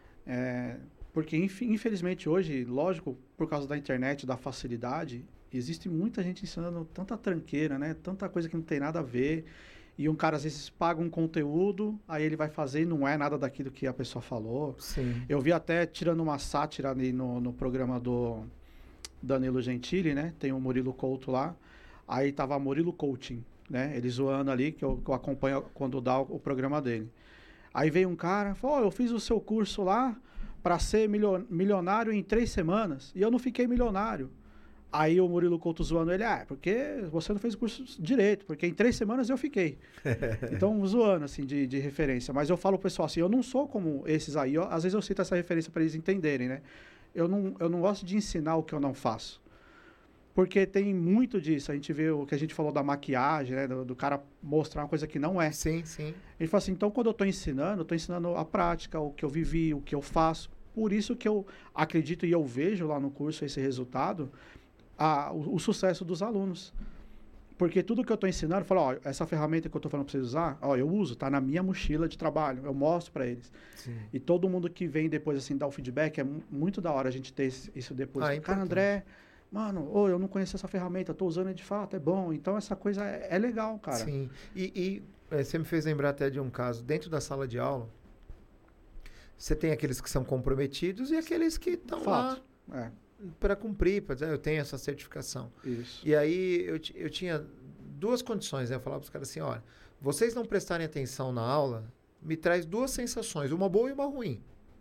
porque infelizmente hoje, lógico, por causa da internet, da facilidade, existe muita gente ensinando tanta tranqueira, né? Tanta coisa que não tem nada a ver. E um cara, às vezes, paga um conteúdo, aí ele vai fazer e não é nada daquilo que a pessoa falou. Sim. Eu vi até tirando uma sátira ali no programa do Danilo Gentili, né? Tem o Murilo Couto lá. Aí tava Murilo Coaching, né? Ele zoando ali, que eu acompanho quando dá o programa dele. Aí veio um cara, falou, eu fiz o seu curso lá para ser milionário em 3 semanas. E eu não fiquei milionário. Aí o Murilo Couto zoando ele, porque você não fez o curso direito, porque em 3 semanas eu fiquei. Então, zoando, assim, de referência. Mas eu falo pro pessoal assim, eu não sou como esses aí. Às vezes eu cito essa referência para eles entenderem, né? Eu não gosto de ensinar o que eu não faço. Porque tem muito disso. A gente vê o que a gente falou da maquiagem, né? Do cara mostrar uma coisa que não é. Sim, sim. Ele fala assim, então quando eu estou ensinando a prática, o que eu vivi, o que eu faço. Por isso que eu acredito e eu vejo lá no curso esse resultado, o sucesso dos alunos. Porque tudo que eu estou ensinando, eu falo, essa ferramenta que eu estou falando para vocês usar, eu uso, tá na minha mochila de trabalho, eu mostro para eles. Sim. E todo mundo que vem depois, assim, dar o feedback, é muito da hora a gente ter isso depois. Cara, André, mano, eu não conheço essa ferramenta, estou usando de fato, é bom. Então, essa coisa é legal, cara. Sim. E você me fez lembrar até de um caso. Dentro da sala de aula, você tem aqueles que são comprometidos e aqueles que estão lá para cumprir, para dizer, eu tenho essa certificação. Isso. E aí, eu tinha 2 condições, né? Eu falava para os caras assim, olha, vocês não prestarem atenção na aula, me traz 2 sensações, uma boa e uma ruim.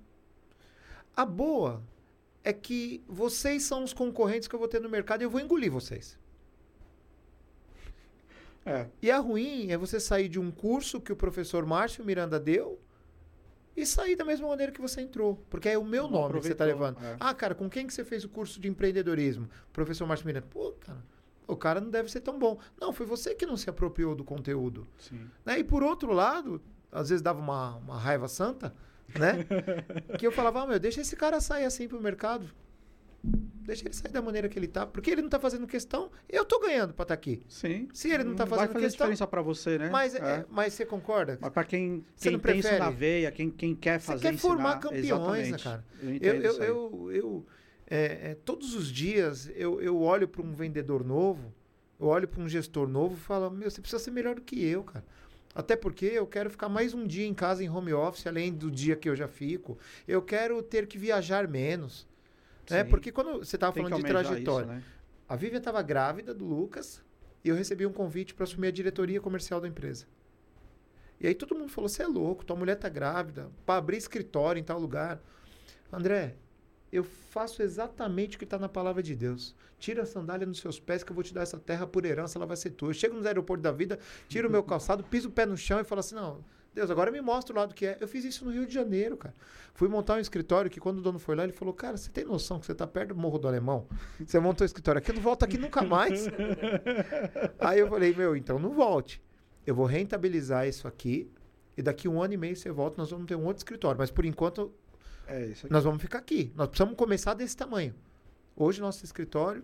A boa é que vocês são os concorrentes que eu vou ter no mercado e eu vou engolir vocês. E a ruim é você sair de um curso que o professor Márcio Miranda deu e sair da mesma maneira que você entrou. Porque é o meu nome que você está levando. Cara, com quem que você fez o curso de empreendedorismo? Professor Márcio Miranda. Pô, cara, o cara não deve ser tão bom. Não, foi você que não se apropriou do conteúdo. Sim. Né? E por outro lado, às vezes dava uma raiva santa, né? Que eu falava, deixa esse cara sair assim pro mercado. Deixa ele sair da maneira que ele tá. Porque ele não tá fazendo questão, eu tô ganhando pra estar aqui. Sim. Se ele não tá fazendo vai fazer questão... diferença pra você, né? Mas você concorda? Mas pra quem não tem isso na veia, quem quer fazer, você quer formar ensinar, campeões, né, cara? Todos os dias eu olho para um vendedor novo, eu olho para um gestor novo e falo, você precisa ser melhor do que eu, cara. Até porque eu quero ficar mais um dia em casa em home office, além do dia que eu já fico. Eu quero ter que viajar menos. Né? Porque quando você estava falando de trajetória, isso, né? A Vivian estava grávida do Lucas E eu recebi um convite para assumir a diretoria comercial da empresa. E aí todo mundo falou, você é louco, tua mulher tá grávida, para abrir escritório em tal lugar. André, eu faço exatamente o que está na palavra de Deus. Tira a sandália nos seus pés que eu vou te dar essa terra por herança, ela vai ser tua. Eu chego nos aeroportos da vida, tiro o meu calçado, piso o pé no chão e falo assim, não, Deus, agora me mostra o lado que é. Eu fiz isso no Rio de Janeiro, cara. Fui montar um escritório que quando o dono foi lá, ele falou, cara, você tem noção que você tá perto do Morro do Alemão? Você montou um escritório aqui, não volta aqui nunca mais. Aí eu falei, então não volte. Eu vou rentabilizar isso aqui e daqui 1 ano e meio você volta, nós vamos ter um outro escritório. Mas por enquanto, nós vamos ficar aqui. Nós precisamos começar desse tamanho. Hoje, nosso escritório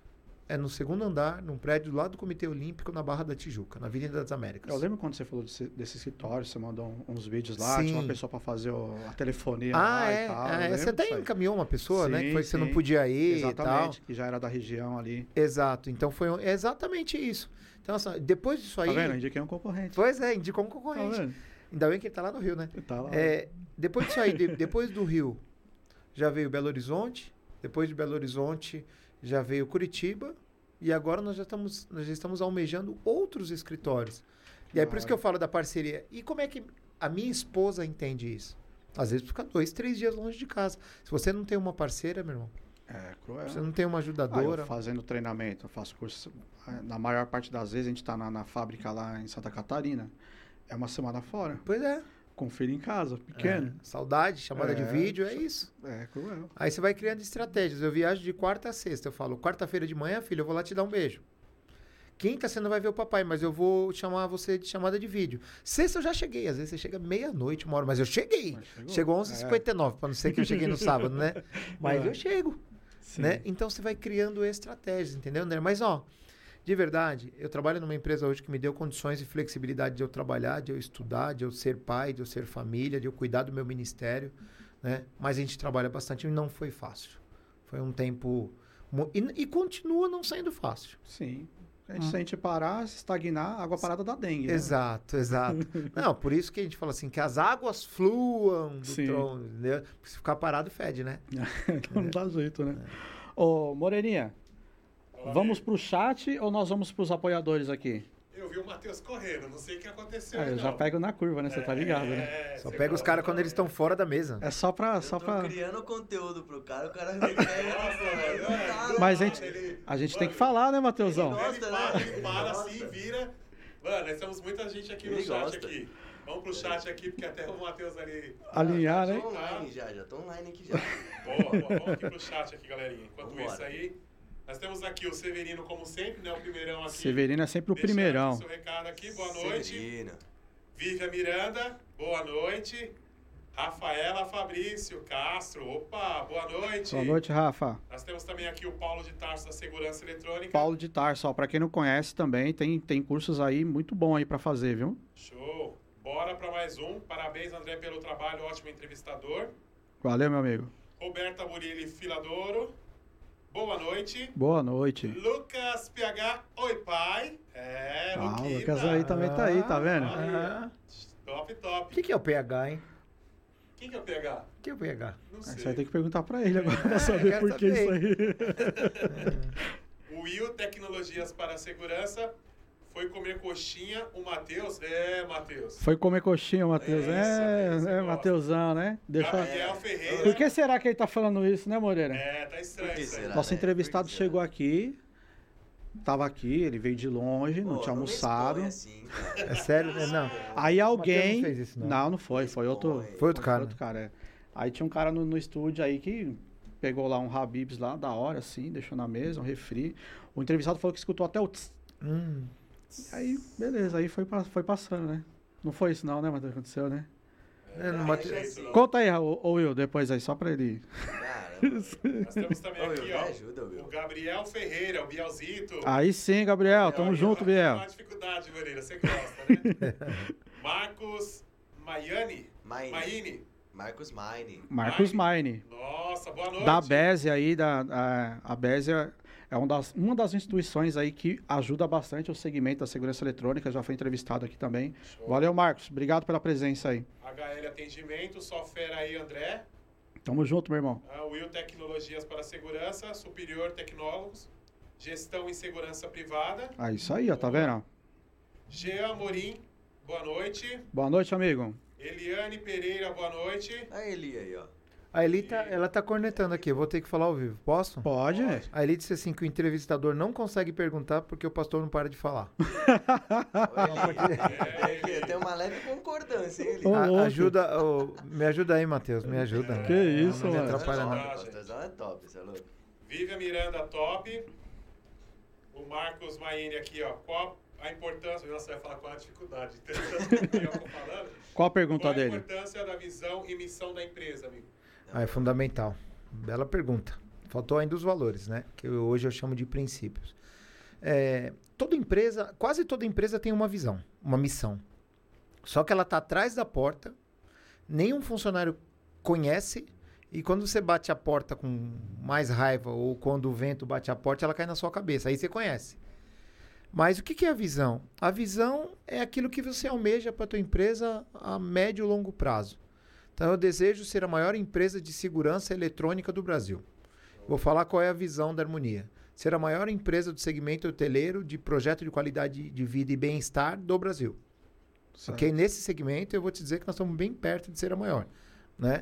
é no 2º andar, num prédio do lado do Comitê Olímpico, na Barra da Tijuca, na Avenida das Américas. Eu lembro quando você falou desse escritório, você mandou uns vídeos lá, Sim. tinha uma pessoa para fazer a telefonia lá e tal. Você até encaminhou uma pessoa, né? Que foi que você não podia ir exatamente, e tal. que já era da região ali. Exato. Então, foi exatamente isso. Então, assim, depois disso aí... Tá vendo? Indiquei um concorrente. Pois é, indicou um concorrente. Tá vendo? Ainda bem que ele tá lá no Rio, né? Tá lá. Depois disso aí, depois do Rio, já veio Belo Horizonte. Depois de Belo Horizonte, já veio Curitiba. E agora nós já estamos almejando outros escritórios. E aí, por isso que eu falo da parceria. E como é que a minha esposa entende isso? Às vezes fica 2, 3 dias longe de casa. Se você não tem uma parceira, meu irmão, É cruel. você não tem uma ajudadora. Eu fazendo treinamento, eu faço curso. Na maior parte das vezes a gente tá na fábrica lá em Santa Catarina. É uma semana fora. Pois é. Com filho em casa, pequeno. Saudade, chamada de vídeo, é isso. É cruel. Aí você vai criando estratégias. Eu viajo de quarta a sexta. Eu falo, quarta-feira de manhã, filho, eu vou lá te dar um beijo. Quinta você não vai ver o papai, mas eu vou chamar você de chamada de vídeo. Sexta eu já cheguei. Às vezes você chega meia-noite, 1 hora, mas eu cheguei. Chegou 11h59, para não ser que eu cheguei no sábado, né? Mas eu chego. Né? Então você vai criando estratégias, entendeu, André? Mas, de verdade, eu trabalho numa empresa hoje que me deu condições e flexibilidade de eu trabalhar, de eu estudar, de eu ser pai, de eu ser família, de eu cuidar do meu ministério, né? Mas a gente trabalha bastante e não foi fácil. Foi um tempo... E continua não sendo fácil. Sim. Se a gente parar, se estagnar, água parada dá dengue. Né? Exato. Não, por isso que a gente fala assim, que as águas fluam do trono, entendeu? Porque se ficar parado, fede, né? Não dá jeito, né? Ô, Moreninha, vamos pro chat ou nós vamos pros apoiadores aqui? Eu vi o Matheus correndo, não sei o que aconteceu. Eu já pego na curva, né? Você tá ligado, né? Só pega os caras quando eles estão fora da mesa. É só pra... Tô criando conteúdo pro cara, o cara... Mas a gente tem que falar, né, Matheusão? Ele para assim, vira... Mano, nós temos muita gente aqui no chat aqui. Vamos pro chat aqui, porque até o Matheus ali... Alinhar, né? Tô online já tô online aqui já. Boa. Vamos aqui pro chat aqui, galerinha. Enquanto isso aí... Nós temos aqui o Severino, como sempre, né? O primeirão aqui. Severino é sempre o primeirão. Deixa seu recado aqui, boa noite. Severino. Vívia Miranda, boa noite. Rafaela Fabrício Castro, opa, boa noite. Boa noite, Rafa. Nós temos também aqui o Paulo de Tarso da Segurança Eletrônica. Paulo de Tarso, pra quem não conhece também, tem cursos aí muito bom aí pra fazer, viu? Show. Bora pra mais um. Parabéns, André, pelo trabalho, ótimo entrevistador. Valeu, meu amigo. Roberta Burilli Filadouro. Boa noite. Boa noite. Lucas PH, oi pai. O Lucas aí também tá aí, tá vendo? Top. O que é o PH, hein? Quem que é o PH? O que é o PH? Não Você sei. vai ter que perguntar pra ele agora pra saber por que isso aí. O Will Tecnologias para a Segurança foi comer coxinha. O Matheus, Matheus. Foi comer coxinha, Matheus. Mateusão, né? Gabriel Ferreira. Por que será que ele tá falando isso, né, Moreira? Tá estranho Por que isso aí. será? Nosso entrevistado chegou aqui, tava aqui, ele veio de longe, não tinha almoçado. Assim, É sério? Não. Aí alguém... Mateus não fez isso, não. Não foi. Foi outro cara. Aí tinha um cara no estúdio aí que pegou lá um Habib's lá, da hora, assim, deixou na mesa, um refri. O entrevistado falou que escutou até o tss. Aí, beleza, aí foi passando, né? Não foi isso não, né, Matheus? Aconteceu, né? Conta aí, ô Will, depois aí, só pra ele... Nós temos também aqui, me ajuda, Will. o Gabriel Ferreira, o Bielzito. Aí sim, Gabriel, tamo junto, Biel. Não há dificuldade, Moreira, você gosta, né? Marcos Maiani. Marcos Maine. Marcos Maine. Nossa, boa noite. Da BESE aí, a BESE é uma das instituições aí que ajuda bastante o segmento da segurança eletrônica, já foi entrevistado aqui também. Show. Valeu, Marcos, obrigado pela presença aí. HL Atendimento, só fera aí, André. Tamo junto, meu irmão. Will Tecnologias para a Segurança, Superior Tecnólogos. Gestão em Segurança Privada. Ah, isso aí, ó, tá vendo? Jean Amorim, boa noite. Boa noite, amigo. Eliane Pereira, boa noite. A Eli aí, ó. A Eli ela tá cornetando aqui, eu vou ter que falar ao vivo. Posso? Pode. A Eli disse assim que o entrevistador não consegue perguntar porque o pastor não para de falar. Tem uma leve concordância, hein, Eli? Ô, louco. Me ajuda aí, Matheus, me ajuda. Que isso, não me mano. atrapalha não. O pastorzão é top, você é louco. Vivian Miranda, top. O Marcos Maine aqui, ó. Qual a importância... Nossa, vai falar qual a dificuldade. Qual a pergunta Qual a dele? importância da visão e missão da empresa, amigo? É fundamental. Bela pergunta. Faltou ainda os valores, né? Que hoje eu chamo de princípios. Quase toda empresa tem uma visão, uma missão. Só que ela está atrás da porta, nenhum funcionário conhece, e quando você bate a porta com mais raiva, ou quando o vento bate a porta, ela cai na sua cabeça. Aí você conhece. Mas o que é a visão? A visão é aquilo que você almeja para a tua empresa a médio e longo prazo. Então, eu desejo ser a maior empresa de segurança eletrônica do Brasil. Vou falar qual é a visão da Harmonia. Ser a maior empresa do segmento hoteleiro de projeto de qualidade de vida e bem-estar do Brasil. Ok? Nesse segmento, eu vou te dizer que nós estamos bem perto de ser a maior. Né?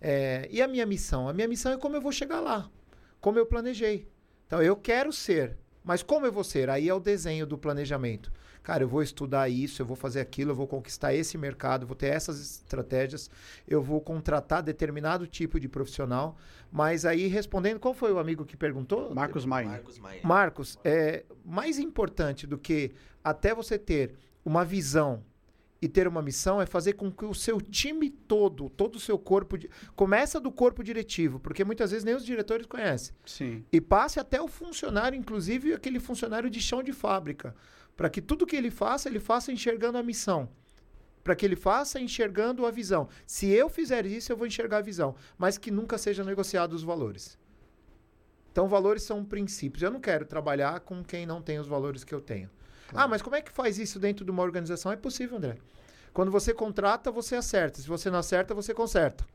E a minha missão? A minha missão é como eu vou chegar lá. Como eu planejei. Então, eu quero ser. Mas como eu vou ser? Aí é o desenho do planejamento. Cara, eu vou estudar isso, eu vou fazer aquilo, eu vou conquistar esse mercado, vou ter essas estratégias, eu vou contratar determinado tipo de profissional. Mas aí, respondendo, qual foi o amigo que perguntou? Marcos Maine. Marcos, mais importante do que até você ter uma visão e ter uma missão é fazer com que o seu time todo o seu corpo... Começa do corpo diretivo, porque muitas vezes nem os diretores conhecem. Sim. E passe até o funcionário, inclusive aquele funcionário de chão de fábrica. Para que tudo que ele faça enxergando a missão. Para que ele faça enxergando a visão. Se eu fizer isso, eu vou enxergar a visão. Mas que nunca sejam negociados os valores. Então, valores são princípios. Eu não quero trabalhar com quem não tem os valores que eu tenho. Claro. Mas como é que faz isso dentro de uma organização? É possível, André. Quando você contrata, você acerta. Se você não acerta, você conserta.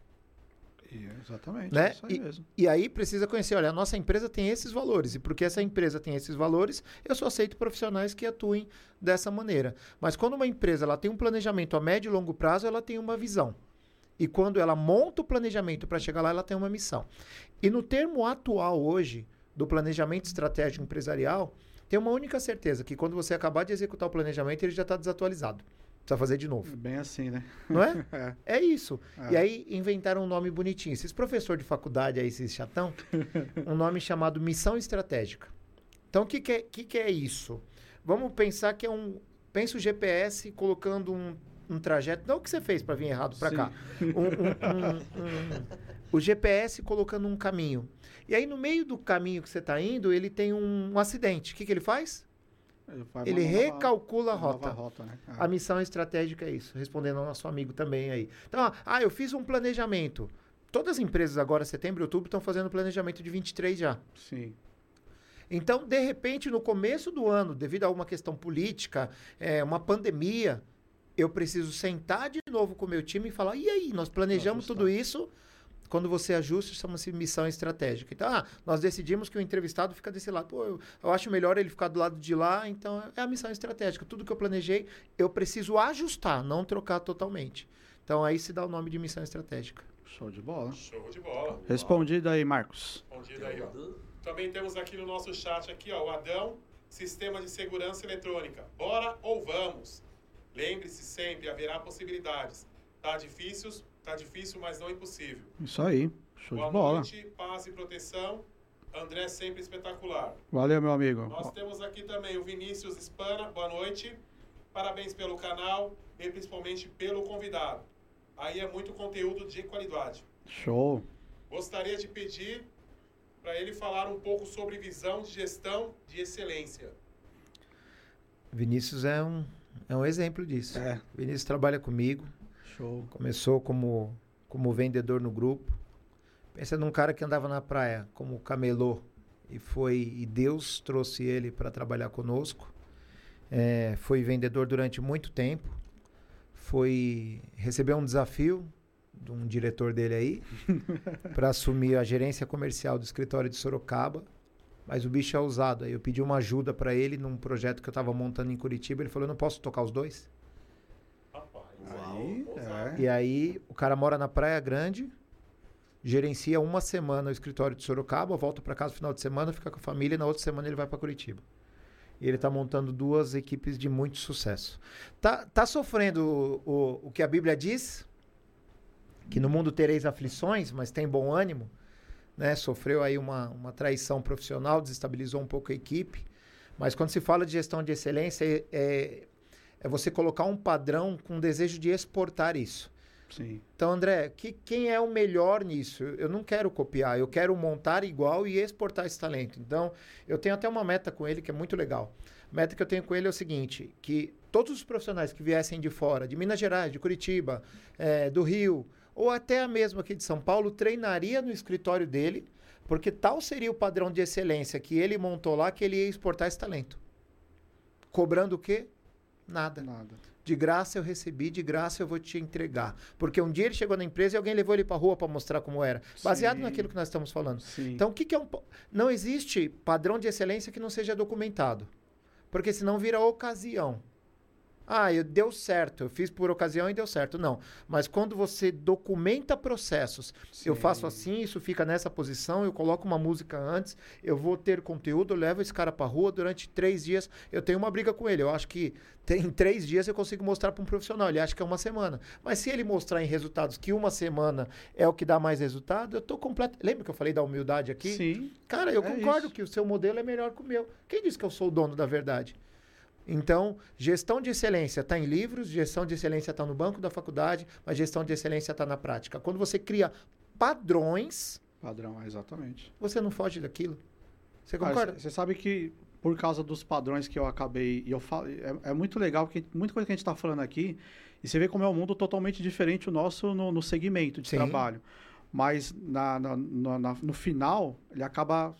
Exatamente, né? Isso aí mesmo. E aí precisa conhecer, olha, a nossa empresa tem esses valores. E porque essa empresa tem esses valores, eu só aceito profissionais que atuem dessa maneira. Mas quando uma empresa ela tem um planejamento a médio e longo prazo, ela tem uma visão. E quando ela monta o planejamento para chegar lá, ela tem uma missão. E no termo atual hoje, do planejamento estratégico empresarial, tem uma única certeza, que quando você acabar de executar o planejamento, ele já está desatualizado. Precisa fazer de novo. Bem assim, né? Não é? É isso. E aí inventaram um nome bonitinho. Esses professores de faculdade aí, esses chatão, um nome chamado missão estratégica. Então, o que é isso? Vamos pensar que pensa o GPS colocando um trajeto, não o que você fez para vir errado para cá. O GPS colocando um caminho. E aí, no meio do caminho que você está indo, ele tem um acidente. O que ele faz? Ele recalcula a rota. Né? A missão estratégica é isso, respondendo ao nosso amigo também aí. Então, eu fiz um planejamento. Todas as empresas agora, setembro e outubro, estão fazendo planejamento de 23 já. Sim. Então, de repente, no começo do ano, devido a uma questão política, uma pandemia, eu preciso sentar de novo com o meu time e falar, e aí, nós planejamos tudo isso... Quando você ajusta, chama-se missão estratégica. Então, nós decidimos que o entrevistado fica desse lado. Pô, eu acho melhor ele ficar do lado de lá, então é a missão estratégica. Tudo que eu planejei, eu preciso ajustar, não trocar totalmente. Então, aí se dá o nome de missão estratégica. Show de bola. Show de bola. Respondido aí, Marcos. Respondido aí, ó. Também temos aqui no nosso chat, aqui, ó, o Adão, Sistema de Segurança Eletrônica. Bora ou vamos? Lembre-se sempre, haverá possibilidades. Tá difícil, mas não impossível. Isso aí. Show Boa de bola. noite, paz e proteção. André sempre espetacular. Valeu, meu amigo. Nós temos aqui também o Vinícius Spana. Boa noite. Parabéns pelo canal e principalmente pelo convidado. Aí é muito conteúdo de qualidade. Show. Gostaria de pedir para ele falar um pouco sobre visão de gestão de excelência. Vinícius é um exemplo disso. Vinícius trabalha comigo. Show. Começou como vendedor no grupo. Pensa num cara que andava na praia como camelô e Deus trouxe ele para trabalhar conosco. Foi vendedor durante muito tempo. Recebeu um desafio de um diretor dele aí para assumir a gerência comercial do escritório de Sorocaba. mas o bicho é ousado. Aí eu pedi uma ajuda para ele num projeto que eu estava montando em Curitiba. Ele falou, eu não posso tocar os dois? Aí, E aí o cara mora na Praia Grande, gerencia uma semana o escritório de Sorocaba, volta para casa no final de semana, fica com a família e na outra semana ele vai para Curitiba. E ele está montando 2 equipes de muito sucesso. Tá sofrendo o que a Bíblia diz? Que no mundo tereis aflições, mas tem bom ânimo. Né? Sofreu aí uma traição profissional, desestabilizou um pouco a equipe. Mas quando se fala de gestão de excelência, é você colocar um padrão com desejo de exportar isso. Sim. Então, André, quem é o melhor nisso? Eu não quero copiar, eu quero montar igual e exportar esse talento. Então, eu tenho até uma meta com ele que é muito legal. A meta que eu tenho com ele é o seguinte, que todos os profissionais que viessem de fora, de Minas Gerais, de Curitiba, do Rio, ou até mesmo aqui de São Paulo, treinaria no escritório dele, porque tal seria o padrão de excelência que ele montou lá, que ele ia exportar esse talento. Cobrando o quê? Nada. De graça eu recebi, de graça eu vou te entregar. Porque um dia ele chegou na empresa e alguém levou ele para a rua para mostrar como era. Baseado naquilo que nós estamos falando. Sim. Então, o que é não existe padrão de excelência que não seja documentado. Porque senão vira ocasião. Deu certo, eu fiz por ocasião e deu certo. Não, mas quando você documenta processos, eu faço assim, isso fica nessa posição, eu coloco uma música antes, eu vou ter conteúdo, eu levo esse cara pra rua, durante 3 dias eu tenho uma briga com ele. Eu acho que em 3 dias eu consigo mostrar para um profissional, ele acha que é uma semana. Mas se ele mostrar em resultados que uma semana é o que dá mais resultado, eu tô completo. Lembra que eu falei da humildade aqui? Sim. Cara, eu concordo isso. que o seu modelo é melhor que o meu. Quem disse que eu sou o dono da verdade? Então, gestão de excelência está em livros, gestão de excelência está no banco da faculdade, mas gestão de excelência está na prática. Quando você cria padrões... Padrão, exatamente. Você não foge daquilo. Você concorda? Você sabe que, por causa dos padrões que eu acabei... E eu falo, é muito legal, porque muita coisa que a gente está falando aqui, e você vê como é um mundo totalmente diferente o nosso no segmento de trabalho. Mas, no final, ele acaba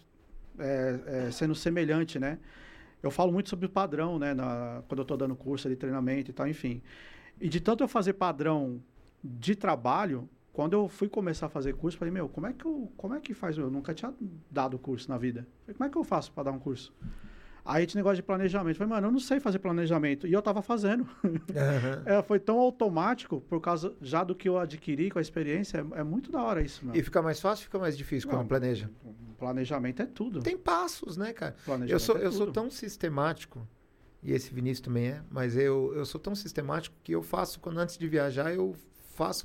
sendo semelhante, né? Eu falo muito sobre o padrão, né? Quando eu estou dando curso de treinamento e tal, enfim. E de tanto eu fazer padrão de trabalho, quando eu fui começar a fazer curso, eu falei, como é que faz? Eu nunca tinha dado curso na vida. Falei, como é que eu faço para dar um curso? Aí tinha negócio de planejamento. Eu falei, eu não sei fazer planejamento. E eu estava fazendo. Uhum. Foi tão automático, por causa já do que eu adquiri com a experiência. É muito da hora isso, meu. E fica mais fácil, fica mais difícil quando planeja? Planejamento é tudo. Tem passos, né, cara? Eu sou tão sistemático, e esse Vinícius também é, mas eu sou tão sistemático que eu faço, antes de viajar, eu faço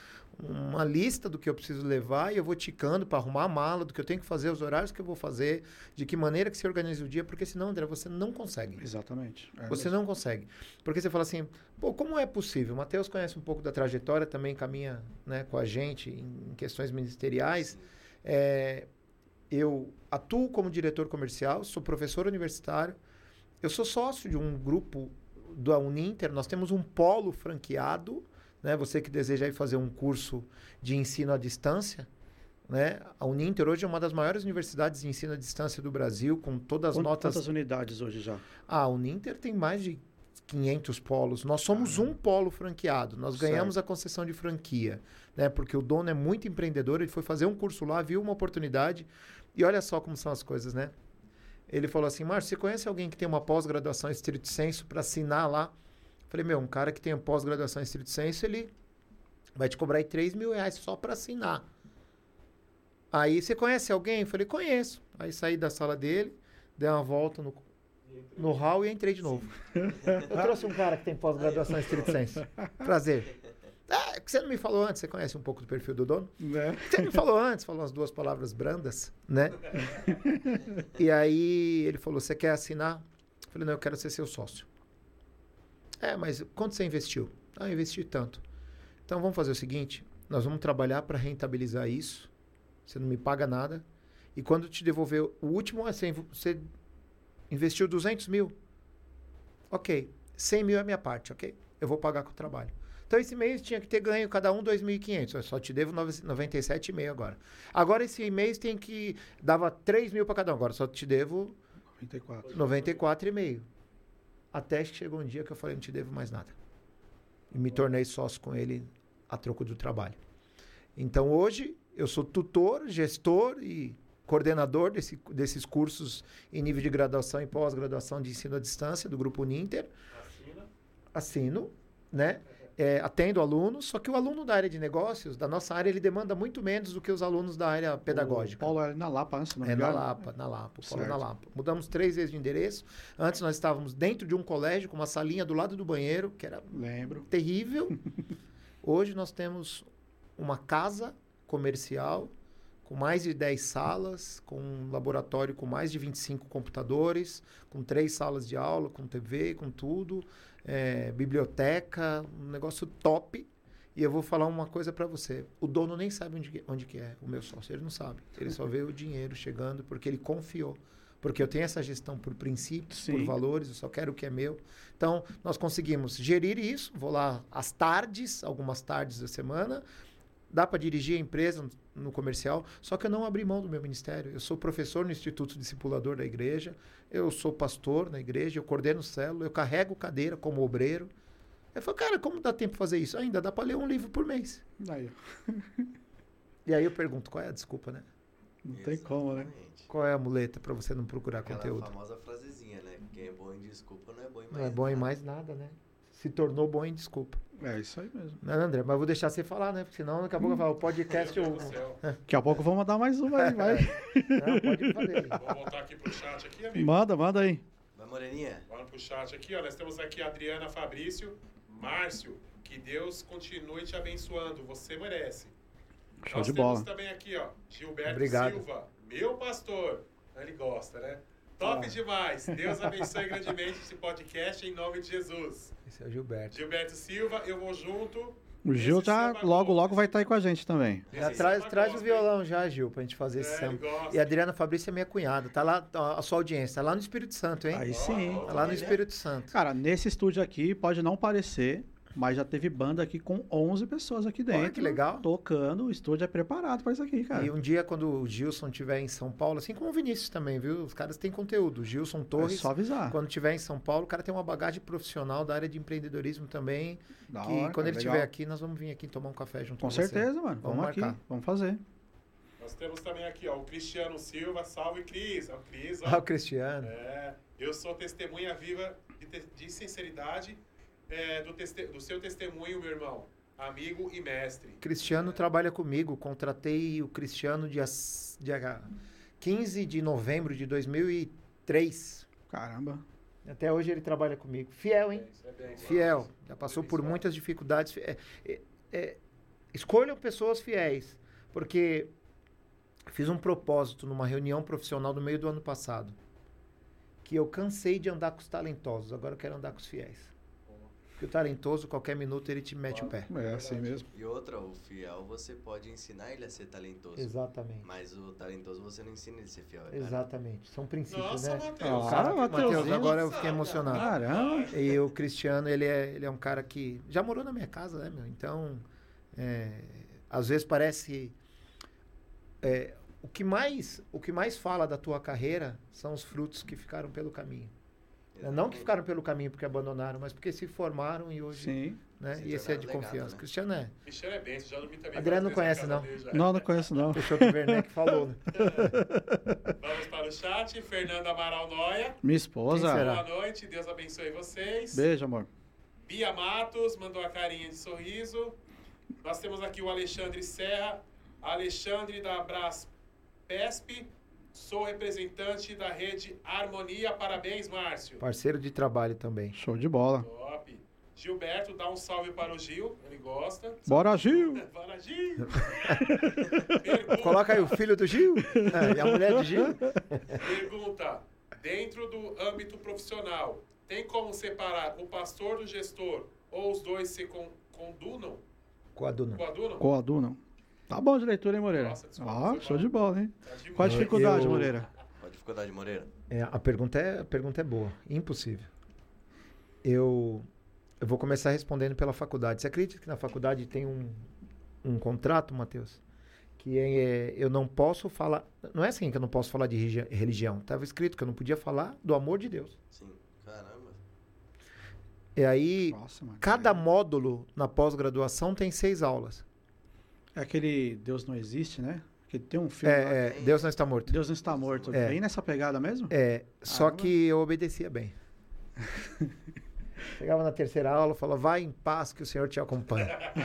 uma lista do que eu preciso levar e eu vou ticando para arrumar a mala, do que eu tenho que fazer, os horários que eu vou fazer, de que maneira que você organiza o dia, porque senão, André, você não consegue. Exatamente. Você não consegue. Porque você fala assim, como é possível? O Matheus conhece um pouco da trajetória, também caminha, né, com a gente em questões ministeriais. Eu atuo como diretor comercial, sou professor universitário, eu sou sócio de um grupo da Uninter, nós temos um polo franqueado, né? Você que deseja aí fazer um curso de ensino à distância, né? A Uninter hoje é uma das maiores universidades de ensino à distância do Brasil, com todas as notas... Quantas unidades hoje já? A Uninter tem mais de 500 polos. Nós somos um polo franqueado. Nós ganhamos a concessão de franquia, né? Porque o dono é muito empreendedor, ele foi fazer um curso lá, viu uma oportunidade e olha só como são as coisas, né? Ele falou assim, Márcio, você conhece alguém que tem uma pós-graduação em estrito sensu para assinar lá? Falei, um cara que tem pós-graduação em estrito sensu, ele vai te cobrar aí R$3.000 só para assinar. Aí, você conhece alguém? Falei, conheço. Aí saí da sala dele, dei uma volta no hall e entrei de novo. Eu trouxe um cara que tem pós-graduação em estrito sensu. Prazer. Que você não me falou antes, você conhece um pouco do perfil do dono? Né? Você me falou antes, falou umas 2 palavras brandas, né? E aí ele falou, você quer assinar? Eu falei, não, eu quero ser seu sócio. Mas quanto você investiu? Eu investi tanto. Então vamos fazer o seguinte, nós vamos trabalhar para rentabilizar isso, você não me paga nada, e quando te devolver o último, você investiu 200 mil, ok, 100 mil é a minha parte, ok? Eu vou pagar com o trabalho. Então esse mês tinha que ter ganho cada um 2.500, eu só te devo 97,5 agora. Agora esse mês dava 3 mil para cada um, agora só te devo 94,5. Até que chegou um dia que eu falei, não te devo mais nada. E me tornei sócio com ele a troco do trabalho. Então hoje eu sou tutor, gestor e coordenador desses cursos em nível de graduação e pós-graduação de ensino à distância do Grupo Uninter. Assino, né? Atendo alunos, só que o aluno da área de negócios, da nossa área, ele demanda muito menos do que os alunos da área pedagógica. O Paulo é na Lapa, né? Na Lapa, o Paulo é na Lapa. Mudamos 3 vezes de endereço. Antes nós estávamos dentro de um colégio com uma salinha do lado do banheiro, que era terrível. Hoje nós temos uma casa comercial com mais de 10 salas, com um laboratório com mais de 25 computadores, com 3 salas de aula, com TV, com tudo, biblioteca, um negócio top. E eu vou falar uma coisa para você. O dono nem sabe onde que é o meu sócio, ele não sabe. Ele só vê o dinheiro chegando porque ele confiou. Porque eu tenho essa gestão por princípios, por valores, eu só quero o que é meu. Então, nós conseguimos gerir isso. Vou lá às tardes, algumas tardes da semana. Dá para dirigir a empresa no comercial, só que eu não abri mão do meu ministério. Eu sou professor no Instituto Discipulador da igreja, eu sou pastor na igreja, eu coordeno célula, eu carrego cadeira como obreiro. Eu falo, cara, como dá tempo para fazer isso? Ainda dá para ler um livro por mês. E aí eu pergunto, qual é a desculpa, né? Não tem como, né? Qual é a muleta para você não procurar Aquela conteúdo? famosa frasezinha, né? Quem é bom em desculpa não é bom em mais Não é bom em mais nada, né? Se tornou bom em desculpa. É isso aí mesmo. Não, André, mas eu vou deixar você falar, né? Porque senão daqui a pouco eu falo, o podcast... Daqui a pouco eu vou mandar mais uma aí, vai. Não, pode fazer. Vou voltar aqui pro chat aqui, amigo. Manda aí. Vai, Moreninha. Vamos pro chat aqui, ó. Nós temos aqui a Adriana Fabrício. Márcio, que Deus continue te abençoando. Você merece. Show de bola. Nós temos também aqui, ó, Gilberto Obrigado. Silva. Meu pastor. Ele gosta, né? Top demais. Deus abençoe grandemente esse podcast em nome de Jesus. Esse é o Gilberto. Gilberto Silva, eu vou junto. O Gil já logo vai estar aí com a gente também. Já traz o violão já, Gil, pra gente fazer esse samba. E a Adriana Fabrício é minha cunhada. Tá lá, a sua audiência, tá lá no Espírito Santo, hein? Aí sim. Tá lá no Espírito Santo. Cara, nesse estúdio aqui, pode não parecer, mas já teve banda aqui com 11 pessoas aqui dentro. Olha que legal. Tocando, o estúdio é preparado para isso aqui, cara. E um dia, quando o Gilson estiver em São Paulo, assim como o Vinícius também, viu? Os caras têm conteúdo. O Gilson Torres, só avisar. Quando estiver em São Paulo, o cara tem uma bagagem profissional da área de empreendedorismo também. Da que hora, quando ele legal. estiver aqui, nós vamos vir aqui tomar um café junto com Com você. certeza, mano. Vamos aqui, marcar. vamos fazer. Nós temos também aqui, ó, o Cristiano Silva. Salve, Cris. É o Cris, ó. Ah, o Cristiano. Eu sou testemunha viva de sinceridade do seu testemunho, meu irmão, amigo e mestre. Cristiano trabalha comigo. Contratei o Cristiano dia 15 de novembro de 2003. Caramba. Até hoje ele trabalha comigo. Fiel, hein? Fiel. Já passou por muitas dificuldades. Escolham pessoas fiéis. Porque fiz um propósito numa reunião profissional no meio do ano passado. Que eu cansei de andar com os talentosos. Agora eu quero andar com os fiéis. Porque o talentoso, qualquer minuto, ele te mete o pé. É assim mesmo. E outra, o fiel, você pode ensinar ele a ser talentoso. Exatamente. Mas o talentoso, você não ensina ele a ser fiel. Exatamente. São princípios, Nossa, né? Matheus. Cara, Matheus, agora eu fiquei emocionado. Caramba. E o Cristiano, ele é um cara que já morou na minha casa, né, meu? Então, às vezes parece... o que mais fala da tua carreira são os frutos que ficaram pelo caminho. Não que ficaram pelo caminho porque abandonaram, mas porque se formaram e hoje... Sim. Né? E esse é de confiança. Né? Cristiano é... Cristiano é bem, já dormi também. Adriano não conhece, não. Não conheço, não. Peixoto Werneck falou, né? Vamos para o chat. Fernanda Amaral Noia. Minha esposa. Quem será? Boa noite, Deus abençoe vocês. Beijo, amor. Bia Matos mandou a carinha de sorriso. Nós temos aqui o Alexandre Serra. Alexandre da Brás Pesp. Sou representante da rede Harmonia. Parabéns, Márcio. Parceiro de trabalho também. Show de bola. Top. Gilberto, dá um salve para o Gil. Ele gosta. Bora, Gil! Bora, Gil! Coloca aí o filho do Gil e a mulher do Gil. Pergunta. Dentro do âmbito profissional, tem como separar o pastor do gestor ou os dois se coadunam? Coadunam. Coadunam. Tá bom de leitura, hein, Moreira? Nossa, desculpa, Show de bola, hein? Tá demais. Qual a dificuldade, Moreira? Qual a dificuldade, Moreira? A pergunta é boa. Impossível. Eu vou começar respondendo pela faculdade. Você acredita que na faculdade tem um contrato, Matheus? Que eu não posso falar... Não é assim que eu não posso falar de religião. Estava escrito que eu não podia falar do amor de Deus. Sim. Caramba. E aí, Nossa, mano. cada módulo na pós-graduação tem 6 aulas. É aquele Deus não existe, né? Que tem um filme lá, Deus Não Está Morto. Deus Não Está Morto. É. Bem nessa pegada mesmo? Só Caramba. que eu obedecia bem. Chegava na terceira aula, eu falava, vai em paz que o Senhor te acompanha.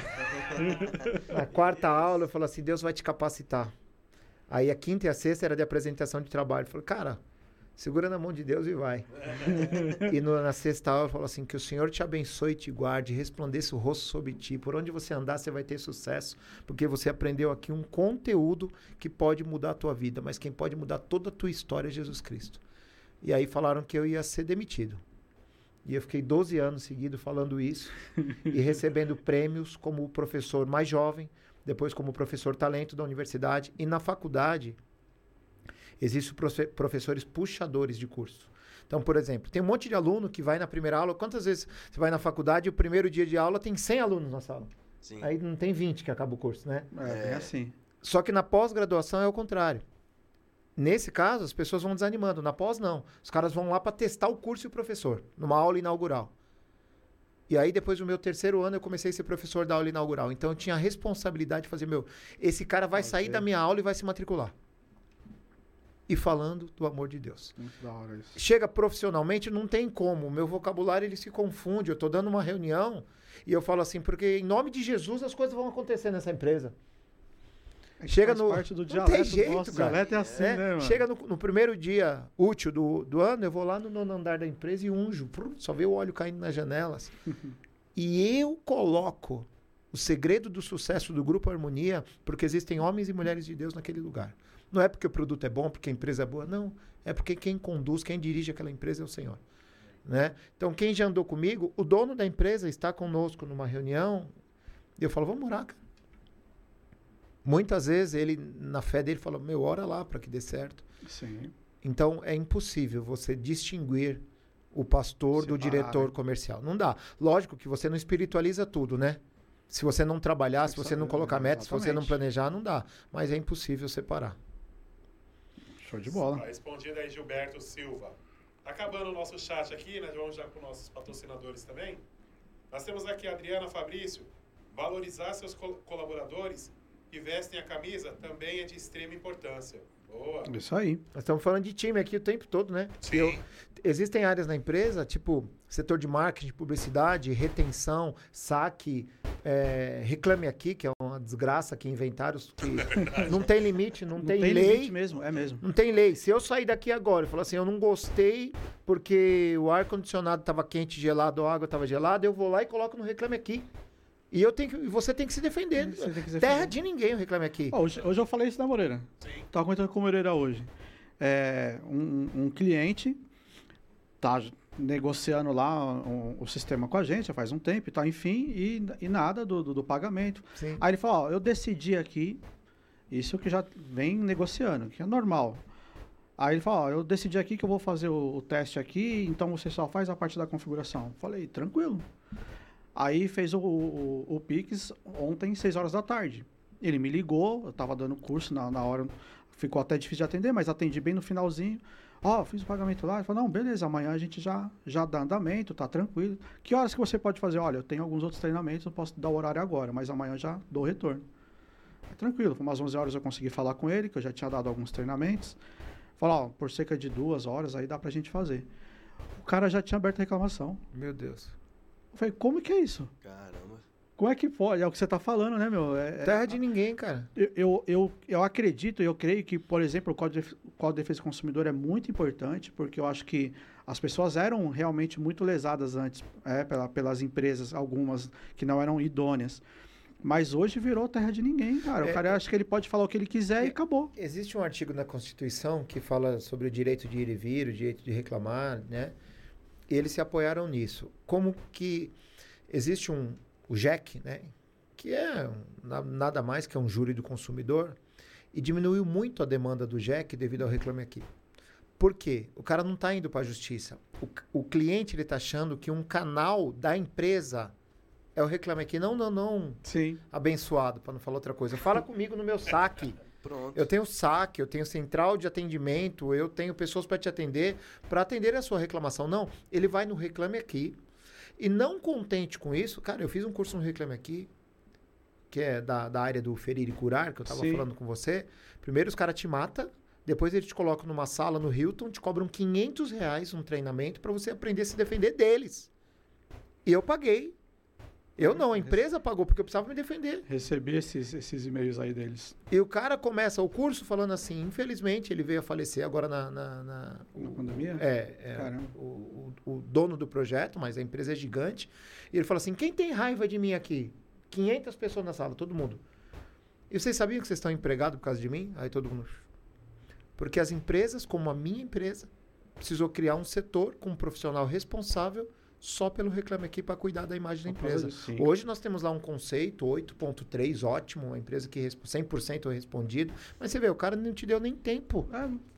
Na quarta aula, eu falava assim, Deus vai te capacitar. Aí a quinta e a sexta era de apresentação de trabalho. Eu falei, cara, segura na mão de Deus e vai. E na sexta aula, eu falo assim, que o Senhor te abençoe e te guarde, resplandeça o rosto sobre ti. Por onde você andar, você vai ter sucesso, porque você aprendeu aqui um conteúdo que pode mudar a tua vida, mas quem pode mudar toda a tua história é Jesus Cristo. E aí falaram que eu ia ser demitido. E eu fiquei 12 anos seguidos falando isso e recebendo prêmios como o professor mais jovem, depois como professor talento da universidade. E na faculdade, existem professores puxadores de curso. Então, por exemplo, tem um monte de aluno que vai na primeira aula. Quantas vezes você vai na faculdade e o primeiro dia de aula tem 100 alunos na sala? Sim. Aí não tem 20 que acaba o curso, né? É assim. Só que na pós-graduação é o contrário. Nesse caso, as pessoas vão desanimando. Na pós, não. Os caras vão lá para testar o curso e o professor, numa aula inaugural. E aí, depois do meu terceiro ano, eu comecei a ser professor da aula inaugural. Então, eu tinha a responsabilidade de fazer, esse cara vai sair da minha aula e vai se matricular. E falando do amor de Deus. Muito da hora isso. Chega profissionalmente, não tem como. O meu vocabulário, ele se confunde. Eu estou dando uma reunião e eu falo assim, porque em nome de Jesus as coisas vão acontecer nessa empresa. Chega no. Parte do não dialeto, tem jeito, nosso cara. dialeto é assim, né, mano? Chega no primeiro dia útil do ano, eu vou lá no nono andar da empresa e unjo. Só vê o óleo caindo nas janelas. E eu coloco o segredo do sucesso do Grupo Harmonia, porque existem homens e mulheres de Deus naquele lugar. Não é porque o produto é bom, porque a empresa é boa, não. É porque quem conduz, quem dirige aquela empresa é o Senhor. Né? Então, quem já andou comigo, o dono da empresa está conosco numa reunião, e eu falo, vamos orar, cara. Muitas vezes ele, na fé dele, fala, ora lá para que dê certo. Sim. Então, é impossível você distinguir o pastor do diretor comercial. Não dá. Lógico que você não espiritualiza tudo, né? Se você não trabalhar, se você não colocar metas, se você não planejar, não dá. Mas é impossível separar. Show de bola. Tá respondido aí, Gilberto Silva. Tá acabando o nosso chat aqui, nós vamos já com nossos patrocinadores também. Nós temos aqui a Adriana Fabrício. Valorizar seus colaboradores que vestem a camisa também é de extrema importância. Boa. Isso aí. Nós estamos falando de time aqui o tempo todo, né? Sim. Existem áreas na empresa, tipo setor de marketing, publicidade, retenção, saque, reclame aqui, que é uma desgraça que inventaram, que não tem limite, não tem lei. Limite mesmo, é mesmo. Não tem lei. Se eu sair daqui agora e falar assim, eu não gostei porque o ar-condicionado estava quente, gelado, a água estava gelada, eu vou lá e coloco no reclame aqui. E você tem que se defender. Você tem que se defender. Terra de ninguém o reclame aqui. Hoje eu falei isso da Moreira. Sim. Tava comentando com o Moreira hoje. Um cliente tá negociando lá o sistema com a gente já faz um tempo, tá, enfim, e nada do pagamento. Sim. Aí ele falou, eu decidi aqui, isso que já vem negociando, que é normal. Aí ele falou, eu decidi aqui que eu vou fazer o teste aqui, então você só faz a parte da configuração. Falei, tranquilo. Aí fez o Pix ontem, 6 horas da tarde. Ele me ligou, eu tava dando curso na hora, ficou até difícil de atender, mas atendi bem no finalzinho. Fiz o pagamento lá. Ele falou, não, beleza, amanhã a gente já dá andamento, tá tranquilo. Que horas que você pode fazer? Olha, eu tenho alguns outros treinamentos, não posso dar o horário agora, mas amanhã já dou o retorno. Tranquilo, umas 11 horas eu consegui falar com ele, que eu já tinha dado alguns treinamentos. Falou, por cerca de 2 horas aí dá pra gente fazer. O cara já tinha aberto a reclamação. Meu Deus. Eu falei, como que é isso? Caramba. Como é que pode? É o que você tá falando, né, meu? Terra de ninguém, cara. Eu acredito, eu creio que, por exemplo, o Código de Defesa do Consumidor é muito importante, porque eu acho que as pessoas eram realmente muito lesadas antes, pelas empresas, algumas que não eram idôneas. Mas hoje virou terra de ninguém, cara. O cara acha que ele pode falar o que ele quiser e acabou. Existe um artigo na Constituição que fala sobre o direito de ir e vir, o direito de reclamar, né? E eles se apoiaram nisso. Como que existe o JEC, né? Que é nada mais que um júri do consumidor, e diminuiu muito a demanda do JEC devido ao Reclame Aqui. Por quê? O cara não está indo para a justiça. O cliente está achando que um canal da empresa é o Reclame Aqui. Não. Sim. Abençoado, para não falar outra coisa. Fala comigo no meu saque. Pronto. Eu tenho saque, eu tenho central de atendimento, eu tenho pessoas para te atender, para atender a sua reclamação. Não, ele vai no Reclame Aqui. E não contente com isso, cara, eu fiz um curso no Reclame Aqui que é da área do ferir e curar, que eu tava Sim. falando com você. Primeiro os caras te matam, depois eles te colocam numa sala no Hilton, te cobram R$500 um treinamento para você aprender a se defender deles. E eu paguei. Eu não, a empresa pagou, porque eu precisava me defender. Recebi esses e-mails aí deles. E o cara começa o curso falando assim, infelizmente ele veio a falecer agora na Na pandemia? Caramba. o dono do projeto, mas a empresa é gigante. E ele fala assim, quem tem raiva de mim aqui? 500 pessoas na sala, todo mundo. E vocês sabiam que vocês estão empregados por causa de mim? Aí todo mundo... Porque as empresas, como a minha empresa, precisou criar um setor com um profissional responsável só pelo Reclame Aqui para cuidar da imagem da empresa. Hoje nós temos lá um conceito 8.3, ótimo, uma empresa que 100% respondido, mas você vê, o cara não te deu nem tempo.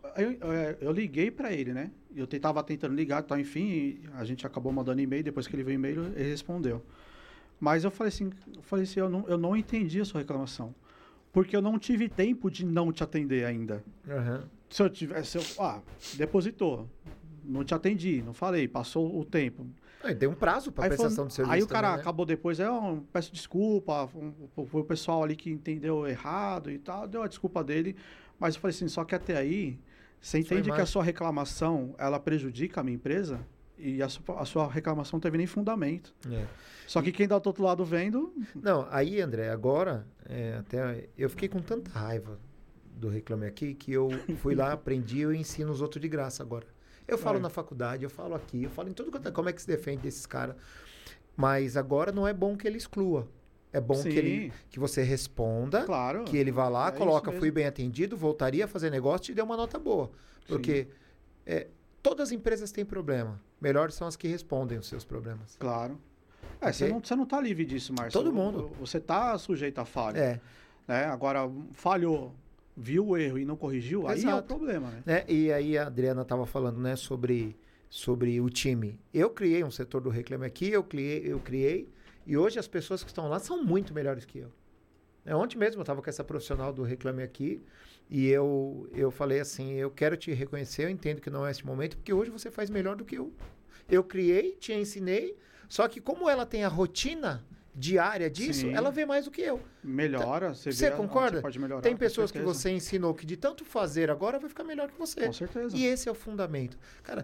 Eu liguei para ele, né? Eu tava tentando ligar, tá, enfim, a gente acabou mandando e-mail, depois que ele veio e-mail, ele respondeu. Mas eu falei assim, eu não entendi a sua reclamação, porque eu não tive tempo de não te atender ainda. Uhum. Se eu tivesse, depositou, não te atendi, não falei, passou o tempo. Tem um prazo para prestação de serviço. Aí o cara também, né? acabou depois, peço desculpa, foi o pessoal ali que entendeu errado e tal, deu a desculpa dele, mas eu falei assim, só que até aí, você entende que a sua reclamação, ela prejudica a minha empresa? E a sua reclamação não teve nem fundamento. Só que quem tá do outro lado vendo... Não, aí, André, agora, até eu fiquei com tanta raiva do Reclame Aqui, que eu fui lá, aprendi, eu ensino os outros de graça agora. Eu falo na faculdade, eu falo aqui, eu falo em tudo quanto é, como é que se defende desses caras. Mas agora não é bom que ele exclua. É bom que você responda, claro, que ele vá lá, coloca, fui bem atendido, voltaria a fazer negócio e te dê uma nota boa. Porque todas as empresas têm problema. Melhores são as que respondem os seus problemas. Claro. Você não tá livre disso, Márcio. Todo mundo. Você tá sujeito a falha. Né? Agora, falhou, viu o erro e não corrigiu, aí é o problema, né? E aí a Adriana estava falando, né, sobre o time. Eu criei um setor do Reclame Aqui, eu criei, e hoje as pessoas que estão lá são muito melhores que eu. Ontem mesmo eu estava com essa profissional do Reclame Aqui, e eu falei assim, eu quero te reconhecer, eu entendo que não é esse momento, porque hoje você faz melhor do que eu. Eu criei, te ensinei, só que como ela tem a rotina diária disso, ela vê mais do que eu. Melhora, você concorda? Você pode melhorar, tem pessoas que você ensinou que de tanto fazer agora vai ficar melhor que você. Com certeza. E esse é o fundamento. Cara,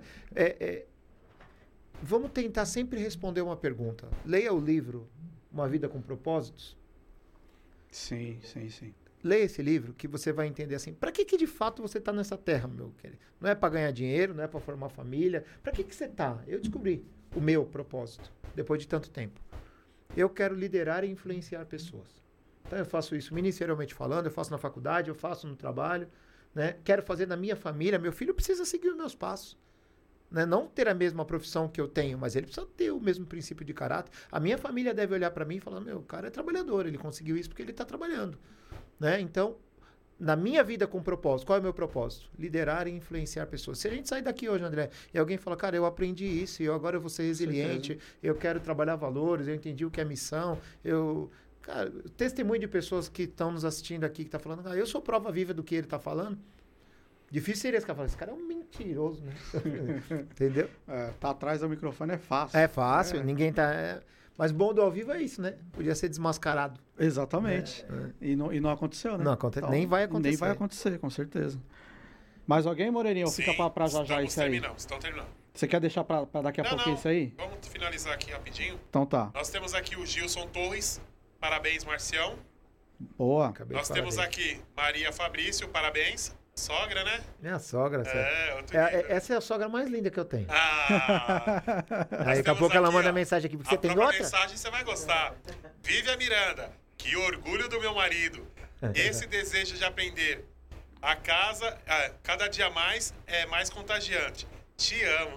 vamos tentar sempre responder uma pergunta. Leia o livro Uma Vida com Propósitos. Sim. Leia esse livro que você vai entender assim, para que de fato você está nessa terra, meu querido? Não é para ganhar dinheiro, não é para formar família. Para que você está? Eu descobri o meu propósito depois de tanto tempo. Eu quero liderar e influenciar pessoas. Então eu faço isso ministerialmente falando, eu faço na faculdade, eu faço no trabalho, né? Quero fazer na minha família. Meu filho precisa seguir os meus passos. Né? Não ter a mesma profissão que eu tenho, mas ele precisa ter o mesmo princípio de caráter. A minha família deve olhar para mim e falar, meu, o cara é trabalhador, ele conseguiu isso porque ele está trabalhando. Né? Então, na minha vida com propósito, qual é o meu propósito? Liderar e influenciar pessoas. Se a gente sair daqui hoje, André, e alguém falar, cara, eu aprendi isso, e agora eu vou ser resiliente, eu quero trabalhar valores, eu entendi o que é missão, Cara, testemunho de pessoas que estão nos assistindo aqui, que estão falando, eu sou prova viva do que ele está falando. Difícil seria esse cara falar, esse cara é um mentiroso, né? Entendeu? Tá atrás do microfone é fácil. É fácil, ninguém tá... Mas bom do ao vivo é isso, né? Podia ser desmascarado. Exatamente. E não aconteceu, né? Não acontece, então, nem vai acontecer. Nem vai acontecer, com certeza. Mais alguém, Moreirinho? Fica pra já isso aí. Estão terminando. Você quer deixar pra daqui a pouquinho isso aí? Vamos finalizar aqui rapidinho. Então tá. Nós temos aqui o Gilson Torres. Parabéns, Marcião. Boa. Nós temos aqui Maria Fabrício. Parabéns. Sogra, né? Minha sogra. Essa é a sogra mais linda que eu tenho. Aí daqui a pouco ela manda mensagem aqui, porque você tem outra? Mensagem você vai gostar. Vivian Miranda, que orgulho do meu marido. Esse desejo de aprender. A casa, cada dia mais, é mais contagiante. Te amo.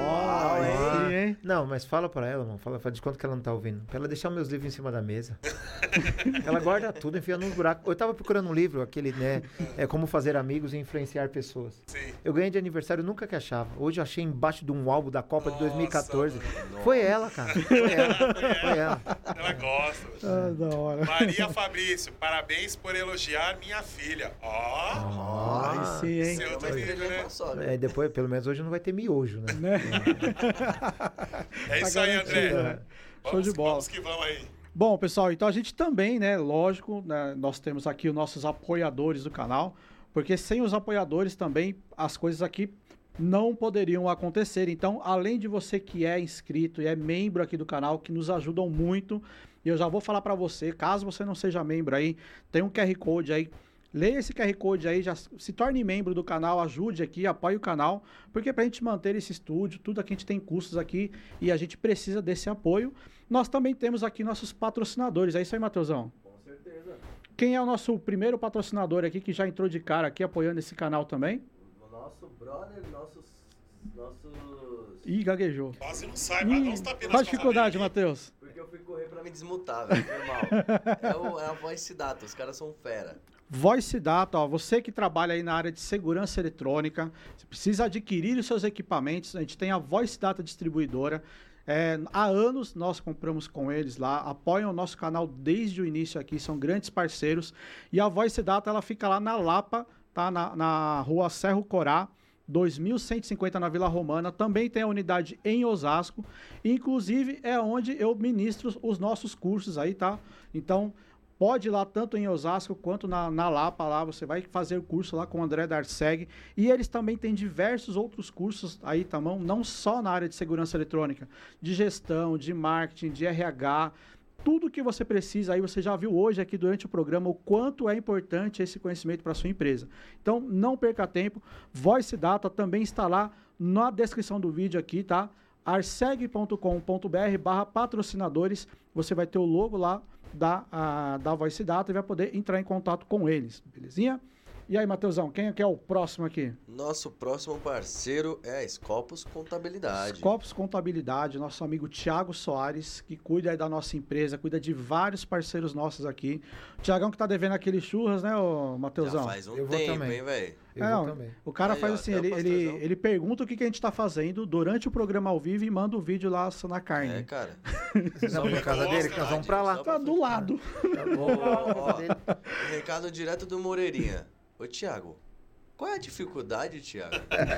Não, mas fala pra ela, mano. Fala de quanto que ela não tá ouvindo. Pra ela deixar meus livros em cima da mesa. Ela guarda tudo, enfia num buraco. Eu tava procurando um livro, aquele, né? Como fazer amigos e influenciar pessoas. Sim. Eu ganhei de aniversário, nunca que achava. Hoje eu achei embaixo de um álbum da Copa de 2014. Mano. Foi ela, cara. Foi ela. Ela gosta. Da hora. Maria Fabrício, parabéns por elogiar minha filha. Aí sim, hein? Seu filho, né? Depois, pelo menos hoje não vai ter miojo, né? É isso aí, André. Show de bola. Vamos que vamos aí. Bom, pessoal, então a gente também, né, lógico, né, nós temos aqui os nossos apoiadores do canal, porque sem os apoiadores também as coisas aqui não poderiam acontecer. Então, além de você que é inscrito e é membro aqui do canal, que nos ajudam muito, e eu já vou falar para você, caso você não seja membro aí, tem um QR Code aí, leia esse QR Code aí, já se torne membro do canal, ajude aqui, apoie o canal, porque para a gente manter esse estúdio, tudo aqui a gente tem custos aqui e a gente precisa desse apoio. Nós também temos aqui nossos patrocinadores, é isso aí, Matheusão? Com certeza. Quem é o nosso primeiro patrocinador aqui que já entrou de cara aqui apoiando esse canal também? O nosso brother, nossos... Ih, gaguejou. Quase não sai, mas não está apenas. Qual a dificuldade, Matheus? Porque eu fui correr pra me desmutar, velho, foi mal. É a Voice Data, os caras são fera. Voice Data, ó, você que trabalha aí na área de segurança eletrônica, você precisa adquirir os seus equipamentos, a gente tem a Voice Data Distribuidora. Há anos nós compramos com eles lá, apoiam o nosso canal desde o início aqui, são grandes parceiros. E a Voice Data, ela fica lá na Lapa, tá? Na rua Cerro Corá, 2150 na Vila Romana. Também tem a unidade em Osasco. Inclusive é onde eu ministro os nossos cursos aí, tá? Então pode ir lá tanto em Osasco quanto na Lapa lá. Você vai fazer o curso lá com o André Darceg. E eles também têm diversos outros cursos aí, tá bom? Não só na área de segurança eletrônica, de gestão, de marketing, de RH. Tudo que você precisa aí, você já viu hoje aqui durante o programa o quanto é importante esse conhecimento para a sua empresa. Então, não perca tempo. Voice Data também está lá na descrição do vídeo aqui, tá? arseg.com.br/patrocinadores. Você vai ter o logo lá da Voice Data e vai poder entrar em contato com eles, belezinha? E aí, Matheusão, quem é que é o próximo aqui? Nosso próximo parceiro é a Scopus Contabilidade. Scopus Contabilidade, nosso amigo Thiago Soares, que cuida aí da nossa empresa, cuida de vários parceiros nossos aqui. O Thiagão que tá devendo aquele churras, né, ô Matheusão? Já faz um Eu vou tempo, também. hein, velho? Eu vou também. O cara Aí, faz ó, assim, até o pastorzão. ele pergunta o que a gente tá fazendo durante o programa ao vivo e manda o vídeo lá na carne. É, cara. Vocês vão pra casa dele, que nós vamos pra lá. Só Tá do lado. Um recado direto do Moreirinha. Ô, Thiago, qual é a dificuldade, Thiago?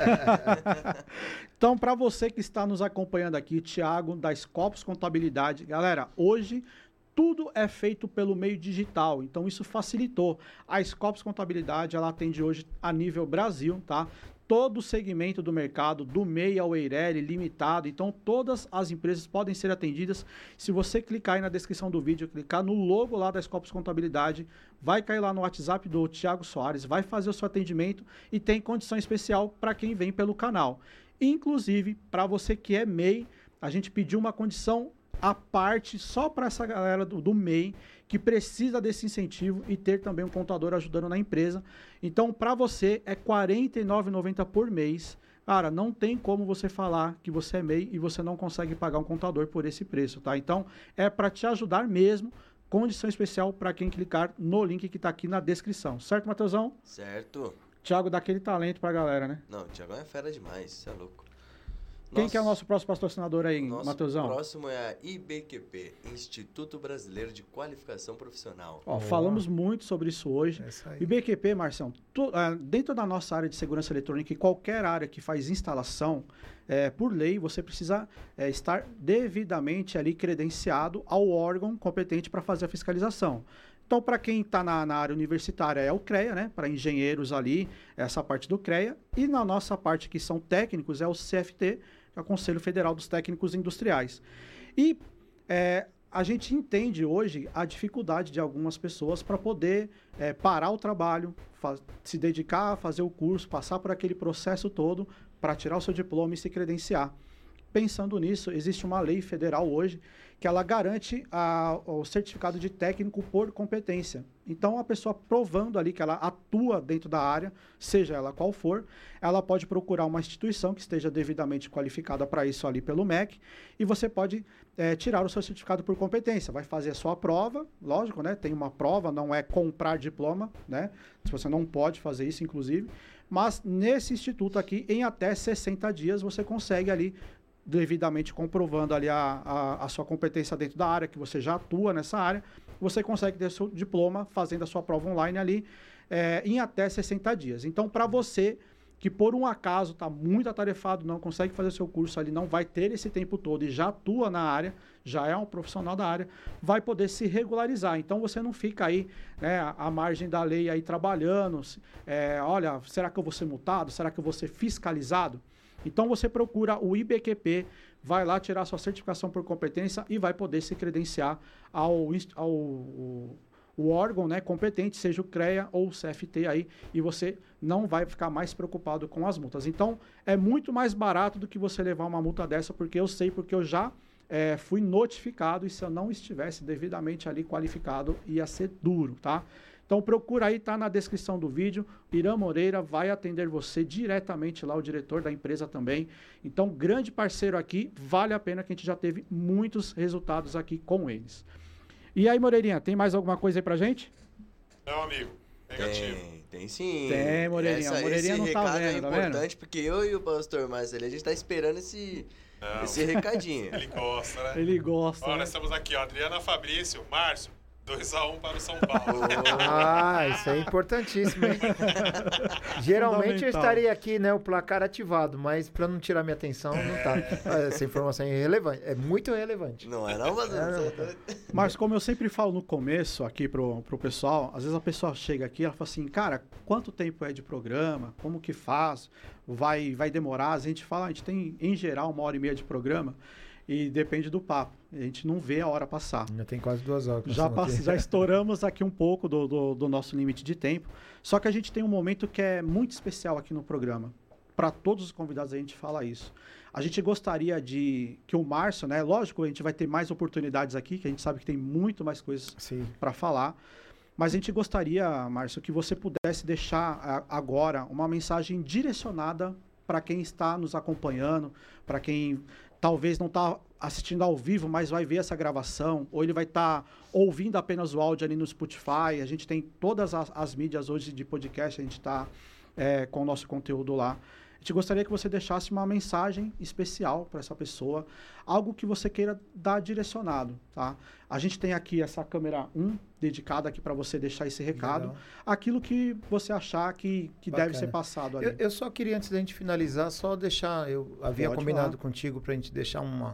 Então, para você que está nos acompanhando aqui, Thiago, da Scopus Contabilidade. Galera, hoje tudo é feito pelo meio digital, então isso facilitou. A Scopus Contabilidade, ela atende hoje a nível Brasil, tá? Todo o segmento do mercado, do MEI ao EIRELI, limitado. Então, todas as empresas podem ser atendidas. Se você clicar aí na descrição do vídeo, clicar no logo lá da Scopus Contabilidade, vai cair lá no WhatsApp do Thiago Soares, vai fazer o seu atendimento e tem condição especial para quem vem pelo canal. Inclusive, para você que é MEI, a gente pediu uma condição à parte só para essa galera do MEI que precisa desse incentivo e ter também um contador ajudando na empresa. Então, para você, é R$ 49,90 por mês. Cara, não tem como você falar que você é MEI e você não consegue pagar um contador por esse preço, tá? Então, é para te ajudar mesmo. Condição especial para quem clicar no link que está aqui na descrição. Certo, Matheusão? Certo. Thiago dá aquele talento para a galera, né? Não, o Thiago é fera demais, você é louco. Quem que é o nosso próximo patrocinador aí, Matheusão? O próximo é a IBQP, Instituto Brasileiro de Qualificação Profissional. Ó, falamos muito sobre isso hoje. É isso aí. IBQP, Marcião, dentro da nossa área de segurança eletrônica e qualquer área que faz instalação, por lei, você precisa estar devidamente ali credenciado ao órgão competente para fazer a fiscalização. Então, para quem está na área universitária é o CREA, né? Para engenheiros ali, essa parte do CREA. E na nossa parte que são técnicos é o CFT, que é o Conselho Federal dos Técnicos Industriais. E a gente entende hoje a dificuldade de algumas pessoas para poder parar o trabalho, se dedicar a fazer o curso, passar por aquele processo todo para tirar o seu diploma e se credenciar. Pensando nisso, existe uma lei federal hoje que ela garante o certificado de técnico por competência. Então, a pessoa provando ali que ela atua dentro da área, seja ela qual for, ela pode procurar uma instituição que esteja devidamente qualificada para isso ali pelo MEC e você pode tirar o seu certificado por competência. Vai fazer a sua prova, lógico, né? Tem uma prova, não é comprar diploma, né? Você não pode fazer isso, inclusive. Mas nesse instituto aqui, em até 60 dias, você consegue ali devidamente comprovando ali a sua competência dentro da área, que você já atua nessa área, você consegue ter seu diploma fazendo a sua prova online ali em até 60 dias. Então, para você que por um acaso está muito atarefado, não consegue fazer seu curso ali, não vai ter esse tempo todo e já atua na área, já é um profissional da área, vai poder se regularizar. Então você não fica aí, né, à margem da lei aí trabalhando, olha, será que eu vou ser multado? Será que eu vou ser fiscalizado? Então você procura o IBQP, vai lá tirar sua certificação por competência e vai poder se credenciar ao o órgão, né, competente, seja o CREA ou o CFT aí, e você não vai ficar mais preocupado com as multas. Então, é muito mais barato do que você levar uma multa dessa, porque eu sei, porque eu já fui notificado, e se eu não estivesse devidamente ali qualificado, ia ser duro, tá? Então, procura aí, tá na descrição do vídeo. Irã Moreira vai atender você diretamente lá, o diretor da empresa também. Então, grande parceiro aqui, vale a pena, que a gente já teve muitos resultados aqui com eles. E aí, Moreirinha, tem mais alguma coisa aí pra gente? Não, amigo. Negativo. Tem sim. Tem, Moreirinha. Moreirinha não tá vendo, é importante, porque eu e o pastor Marcelo, a gente tá esperando esse recadinho. Ele gosta, né? Ele gosta. Olha, né? nós estamos aqui, ó. Adriana Fabrício, Márcio, 2-1 para o São Paulo. Isso é importantíssimo, hein? Geralmente eu estaria aqui, né, o placar ativado, mas para não tirar minha atenção, não tá. Essa informação é irrelevante, é muito relevante. Não é não, mas... Mas como eu sempre falo no começo aqui pro pessoal, às vezes a pessoa chega aqui, ela fala assim, cara, quanto tempo é de programa? Como que faz? Vai demorar? A gente fala, a gente tem, em geral, 1h30 de programa, e depende do papo. A gente não vê a hora passar. Já tem quase 2 horas. Já estouramos aqui um pouco do nosso limite de tempo. Só que a gente tem um momento que é muito especial aqui no programa. Para todos os convidados a gente fala isso. A gente gostaria que o Márcio, né? Lógico, a gente vai ter mais oportunidades aqui, que a gente sabe que tem muito mais coisas para falar. Mas a gente gostaria, Márcio, que você pudesse deixar agora uma mensagem direcionada para quem está nos acompanhando, para quem talvez não está assistindo ao vivo, mas vai ver essa gravação, ou ele vai estar ouvindo apenas o áudio ali no Spotify. A gente tem todas as mídias hoje de podcast, a gente está com o nosso conteúdo lá. A gente gostaria que você deixasse uma mensagem especial para essa pessoa, algo que você queira dar direcionado, tá? A gente tem aqui essa câmera 1 dedicada aqui para você deixar esse recado, legal. Aquilo que você achar que deve ser passado ali. Eu só queria, antes da gente finalizar, só deixar, eu havia combinado contigo para a gente deixar uma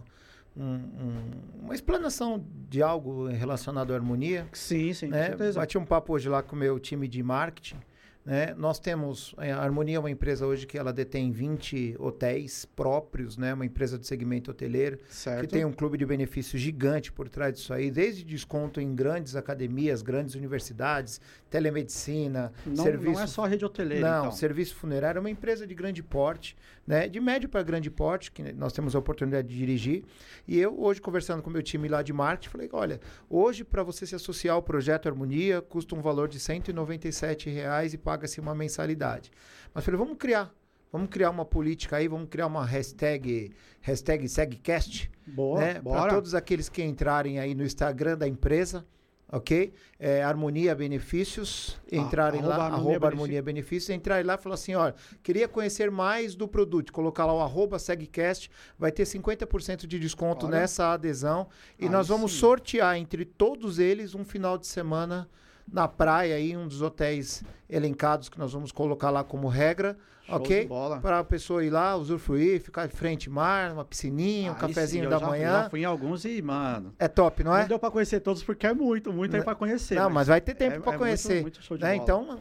explanação de algo relacionado à harmonia. Sim, com né? certeza. Bati um papo hoje lá com o meu time de marketing. Né? Nós temos, a Harmonia é uma empresa hoje que ela detém 20 hotéis próprios, né? Uma empresa de segmento hoteleiro, certo. Que tem um clube de benefícios gigante por trás disso aí, desde desconto em grandes academias, grandes universidades, telemedicina, serviço... Não é só rede hoteleira, Não, então. Serviço funerário é uma empresa de grande porte, né? De médio para grande porte, que nós temos a oportunidade de dirigir. E eu, hoje, conversando com o meu time lá de marketing, falei, olha, hoje, para você se associar ao Projeto Harmonia, custa um valor de R$ 197,00 e paga-se uma mensalidade. Mas falei, vamos criar uma política aí, vamos criar uma hashtag SegCast. Boa, né? Para todos aqueles que entrarem aí no Instagram da empresa, ok? Harmonia Benefícios, entrarem lá, @Harmonia Benefícios, entrarem lá e falar assim, olha, queria conhecer mais do produto, colocar lá o @SegCast, vai ter 50% de desconto nessa adesão, e nós vamos sortear entre todos eles um final de semana na praia aí, um dos hotéis elencados que nós vamos colocar lá como regra, ok? Para a pessoa ir lá, usufruir, ficar de frente ao mar, uma piscininha, um cafezinho da manhã. Já fui em alguns e, mano... É top, não é? Não deu para conhecer todos porque é muito aí para conhecer. Não, mas vai ter tempo para conhecer. Muito show de né? bola. Então,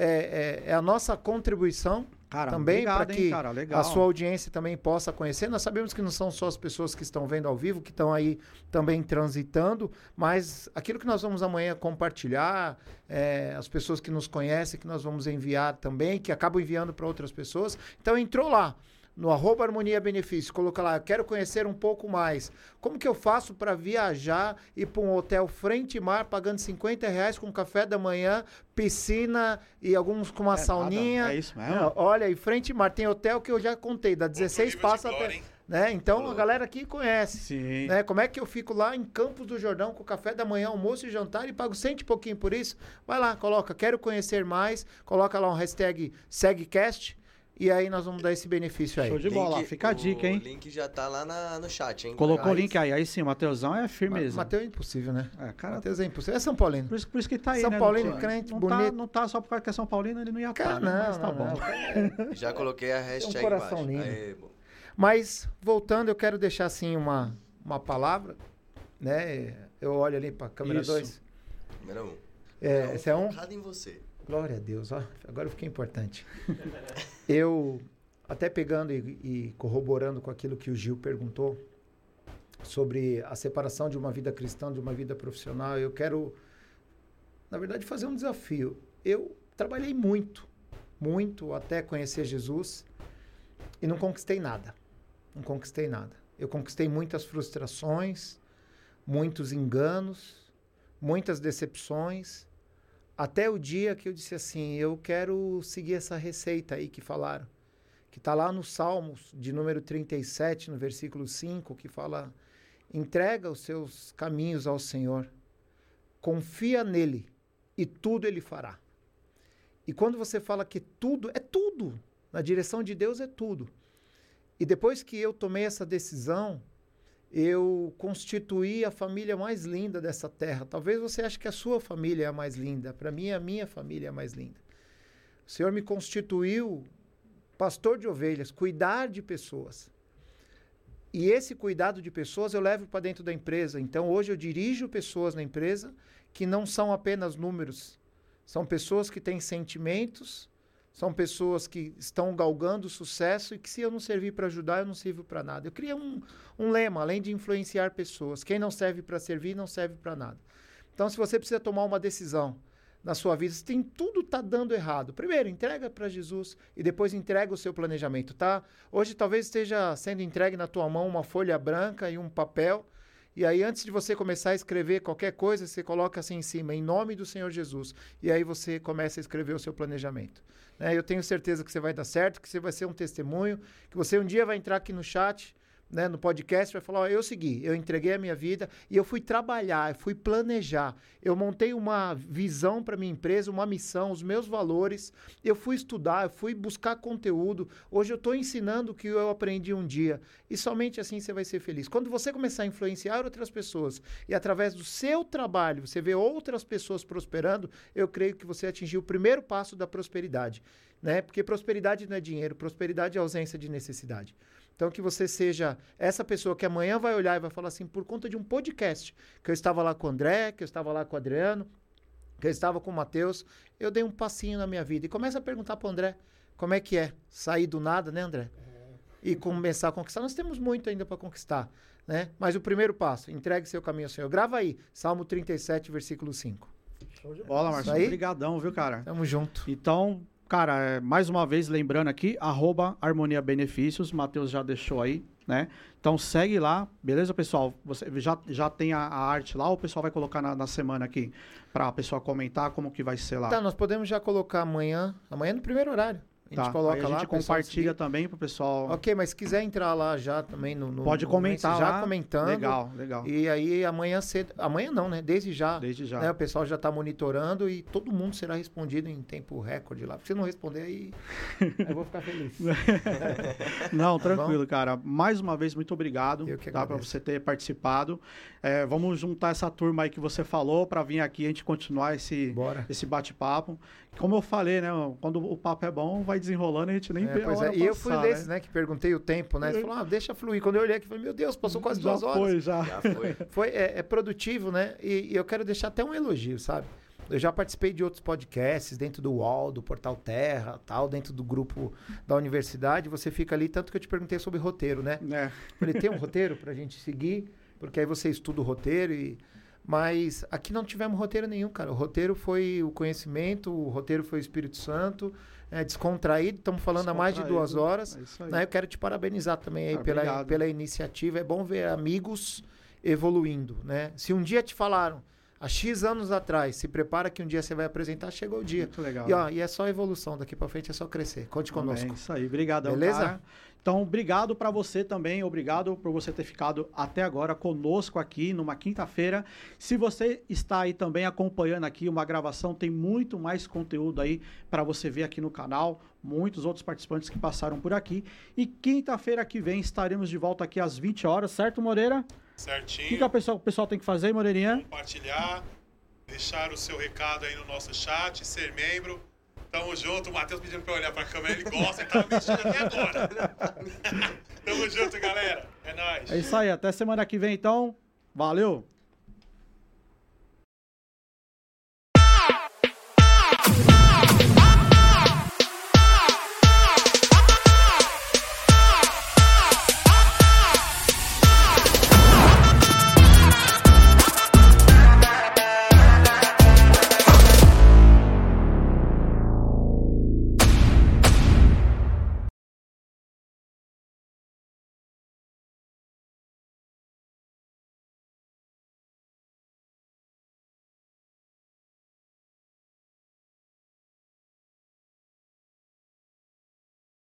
é a nossa contribuição também para que a sua audiência também possa conhecer. Nós sabemos que não são só as pessoas que estão vendo ao vivo, que estão aí também transitando, mas aquilo que nós vamos amanhã compartilhar, as pessoas que nos conhecem, que nós vamos enviar também, que acabam enviando para outras pessoas. Então, entrou lá no @Harmonia Benefício, coloca lá, eu quero conhecer um pouco mais. Como que eu faço para viajar e ir para um hotel frente mar, pagando R$50 com café da manhã, piscina e alguns com uma sauninha? É isso mesmo? Olha, e frente mar, tem hotel que eu já contei, dá 16 passos até... Né? Então, a galera aqui conhece. Sim. Né? Como é que eu fico lá em Campos do Jordão com café da manhã, almoço e jantar e pago 100 e pouquinho por isso? Vai lá, coloca, quero conhecer mais, coloca lá um hashtag SegCast, E aí nós vamos dar esse benefício aí. Show de bola, fica a dica, hein? O link já tá lá no chat, hein? Colocou o link aí sim, o Mateusão é firmeza. Mateus é impossível, né? Cara, Mateus é impossível. É São Paulino. por isso que tá aí, São né? Paulino, crente, bonito. Não tá só por causa que é São Paulino, ele não ia Cara, estar, né? Mas tá bom. Já coloquei a hashtag coração embaixo. lindo. Aê, bom. Mas, voltando, eu quero deixar assim uma palavra, né? Eu olho ali para a câmera Isso. 2. Número 1. Esse é um? Focado em você. Glória a Deus, ó, agora eu fiquei importante. Eu, até pegando e corroborando com aquilo que o Gil perguntou sobre a separação de uma vida cristã de uma vida profissional, eu quero, na verdade, fazer um desafio. Eu trabalhei muito até conhecer Jesus e não conquistei nada. Não conquistei nada. Eu conquistei muitas frustrações, muitos enganos, muitas decepções, até o dia que eu disse assim, eu quero seguir essa receita aí que falaram, que está lá no Salmos, de número 37, no versículo 5, que fala, entrega os seus caminhos ao Senhor, confia nele e tudo ele fará. E quando você fala que tudo, é tudo, na direção de Deus é tudo. E depois que eu tomei essa decisão, eu constituí a família mais linda dessa terra. Talvez você ache que a sua família é a mais linda. Para mim, a minha família é a mais linda. O Senhor me constituiu pastor de ovelhas, cuidar de pessoas. E esse cuidado de pessoas eu levo para dentro da empresa. Então, hoje eu dirijo pessoas na empresa que não são apenas números. São pessoas que têm sentimentos, são pessoas que estão galgando sucesso e que se eu não servir para ajudar, eu não sirvo para nada. Eu criei um lema, além de influenciar pessoas. Quem não serve para servir, não serve para nada. Então, se você precisa tomar uma decisão na sua vida, se tem tudo tá dando errado, primeiro, entrega para Jesus e depois entrega o seu planejamento, tá? Hoje talvez esteja sendo entregue na tua mão uma folha branca e um papel. E aí, antes de você começar a escrever qualquer coisa, você coloca assim em cima, em nome do Senhor Jesus. E aí você começa a escrever o seu planejamento. Eu tenho certeza que você vai dar certo, que você vai ser um testemunho, que você um dia vai entrar aqui no chat, no podcast, vai falar, eu segui, eu entreguei a minha vida e eu fui trabalhar, eu fui planejar, eu montei uma visão para minha empresa, uma missão, os meus valores, eu fui estudar, eu fui buscar conteúdo, hoje eu estou ensinando o que eu aprendi um dia e somente assim você vai ser feliz. Quando você começar a influenciar outras pessoas e através do seu trabalho você vê outras pessoas prosperando, eu creio que você atingiu o primeiro passo da prosperidade, porque prosperidade não é dinheiro, prosperidade é ausência de necessidade. Então, que você seja essa pessoa que amanhã vai olhar e vai falar assim, por conta de um podcast, que eu estava lá com o André, que eu estava lá com o Adriano, que eu estava com o Mateus, eu dei um passinho na minha vida. E começa a perguntar para o André, como é que é sair do nada, né, André? E começar a conquistar. Nós temos muito ainda para conquistar, Mas o primeiro passo, entregue seu caminho ao Senhor. Grava aí, Salmo 37, versículo 5. Show de bola, Marcelo. Obrigadão, viu, cara? Tamo junto. Então, cara, mais uma vez, lembrando aqui, @Harmonia Benefícios, Mateus já deixou aí, Então segue lá, beleza, pessoal? Você já tem a arte lá, ou o pessoal vai colocar na semana aqui, pra pessoa comentar como que vai ser lá? Tá, nós podemos já colocar amanhã no primeiro horário. A gente coloca aí a gente compartilha também pro pessoal. Ok, mas se quiser entrar lá já também no pode comentar já lá. comentando. Legal. E aí amanhã cedo, amanhã não, Desde já. O pessoal já tá monitorando e todo mundo será respondido em tempo recorde lá. Se não responder aí, eu vou ficar feliz. Não, tranquilo, cara. Mais uma vez, muito obrigado, eu que para você ter participado. Vamos juntar essa turma aí que você falou para vir aqui e a gente continuar esse bate-papo. Como eu falei, quando o papo é bom, vai desenrolando e a gente nem vê a hora E eu fui desses, que perguntei o tempo, Você falou, deixa fluir. Quando eu olhei aqui, falei, meu Deus, passou quase 2 horas. Já foi. É produtivo, E eu quero deixar até um elogio, sabe? Eu já participei de outros podcasts dentro do UOL, do Portal Terra, dentro do grupo da universidade. Você fica ali, tanto que eu te perguntei sobre roteiro, Falei, tem um roteiro pra gente seguir? Porque aí você estuda o roteiro Mas aqui não tivemos roteiro nenhum, cara. O roteiro foi o conhecimento, o roteiro foi o Espírito Santo, descontraído. Estamos falando há mais de 2 horas. Eu quero te parabenizar também aí pela iniciativa. É bom ver amigos evoluindo, Se um dia te falaram, há X anos atrás, se prepara que um dia você vai apresentar, chegou o dia. Muito legal. E é só evolução, daqui para frente é só crescer. Conte conosco. Isso aí, obrigadão, beleza? Cara. Então, obrigado para você também, obrigado por você ter ficado até agora conosco aqui numa quinta-feira. Se você está aí também acompanhando aqui uma gravação, tem muito mais conteúdo aí para você ver aqui no canal. muitos outros participantes que passaram por aqui. E quinta-feira que vem estaremos de volta aqui às 20 horas, certo, Moreira? Certinho. O que o pessoal tem que fazer, Moreirinha? Compartilhar, deixar o seu recado aí no nosso chat, ser membro. Tamo junto, o Matheus pedindo pra eu olhar pra câmera, ele gosta, ele tava mexendo até agora. Tamo junto, galera. É nóis. É isso aí, até semana que vem então. Valeu!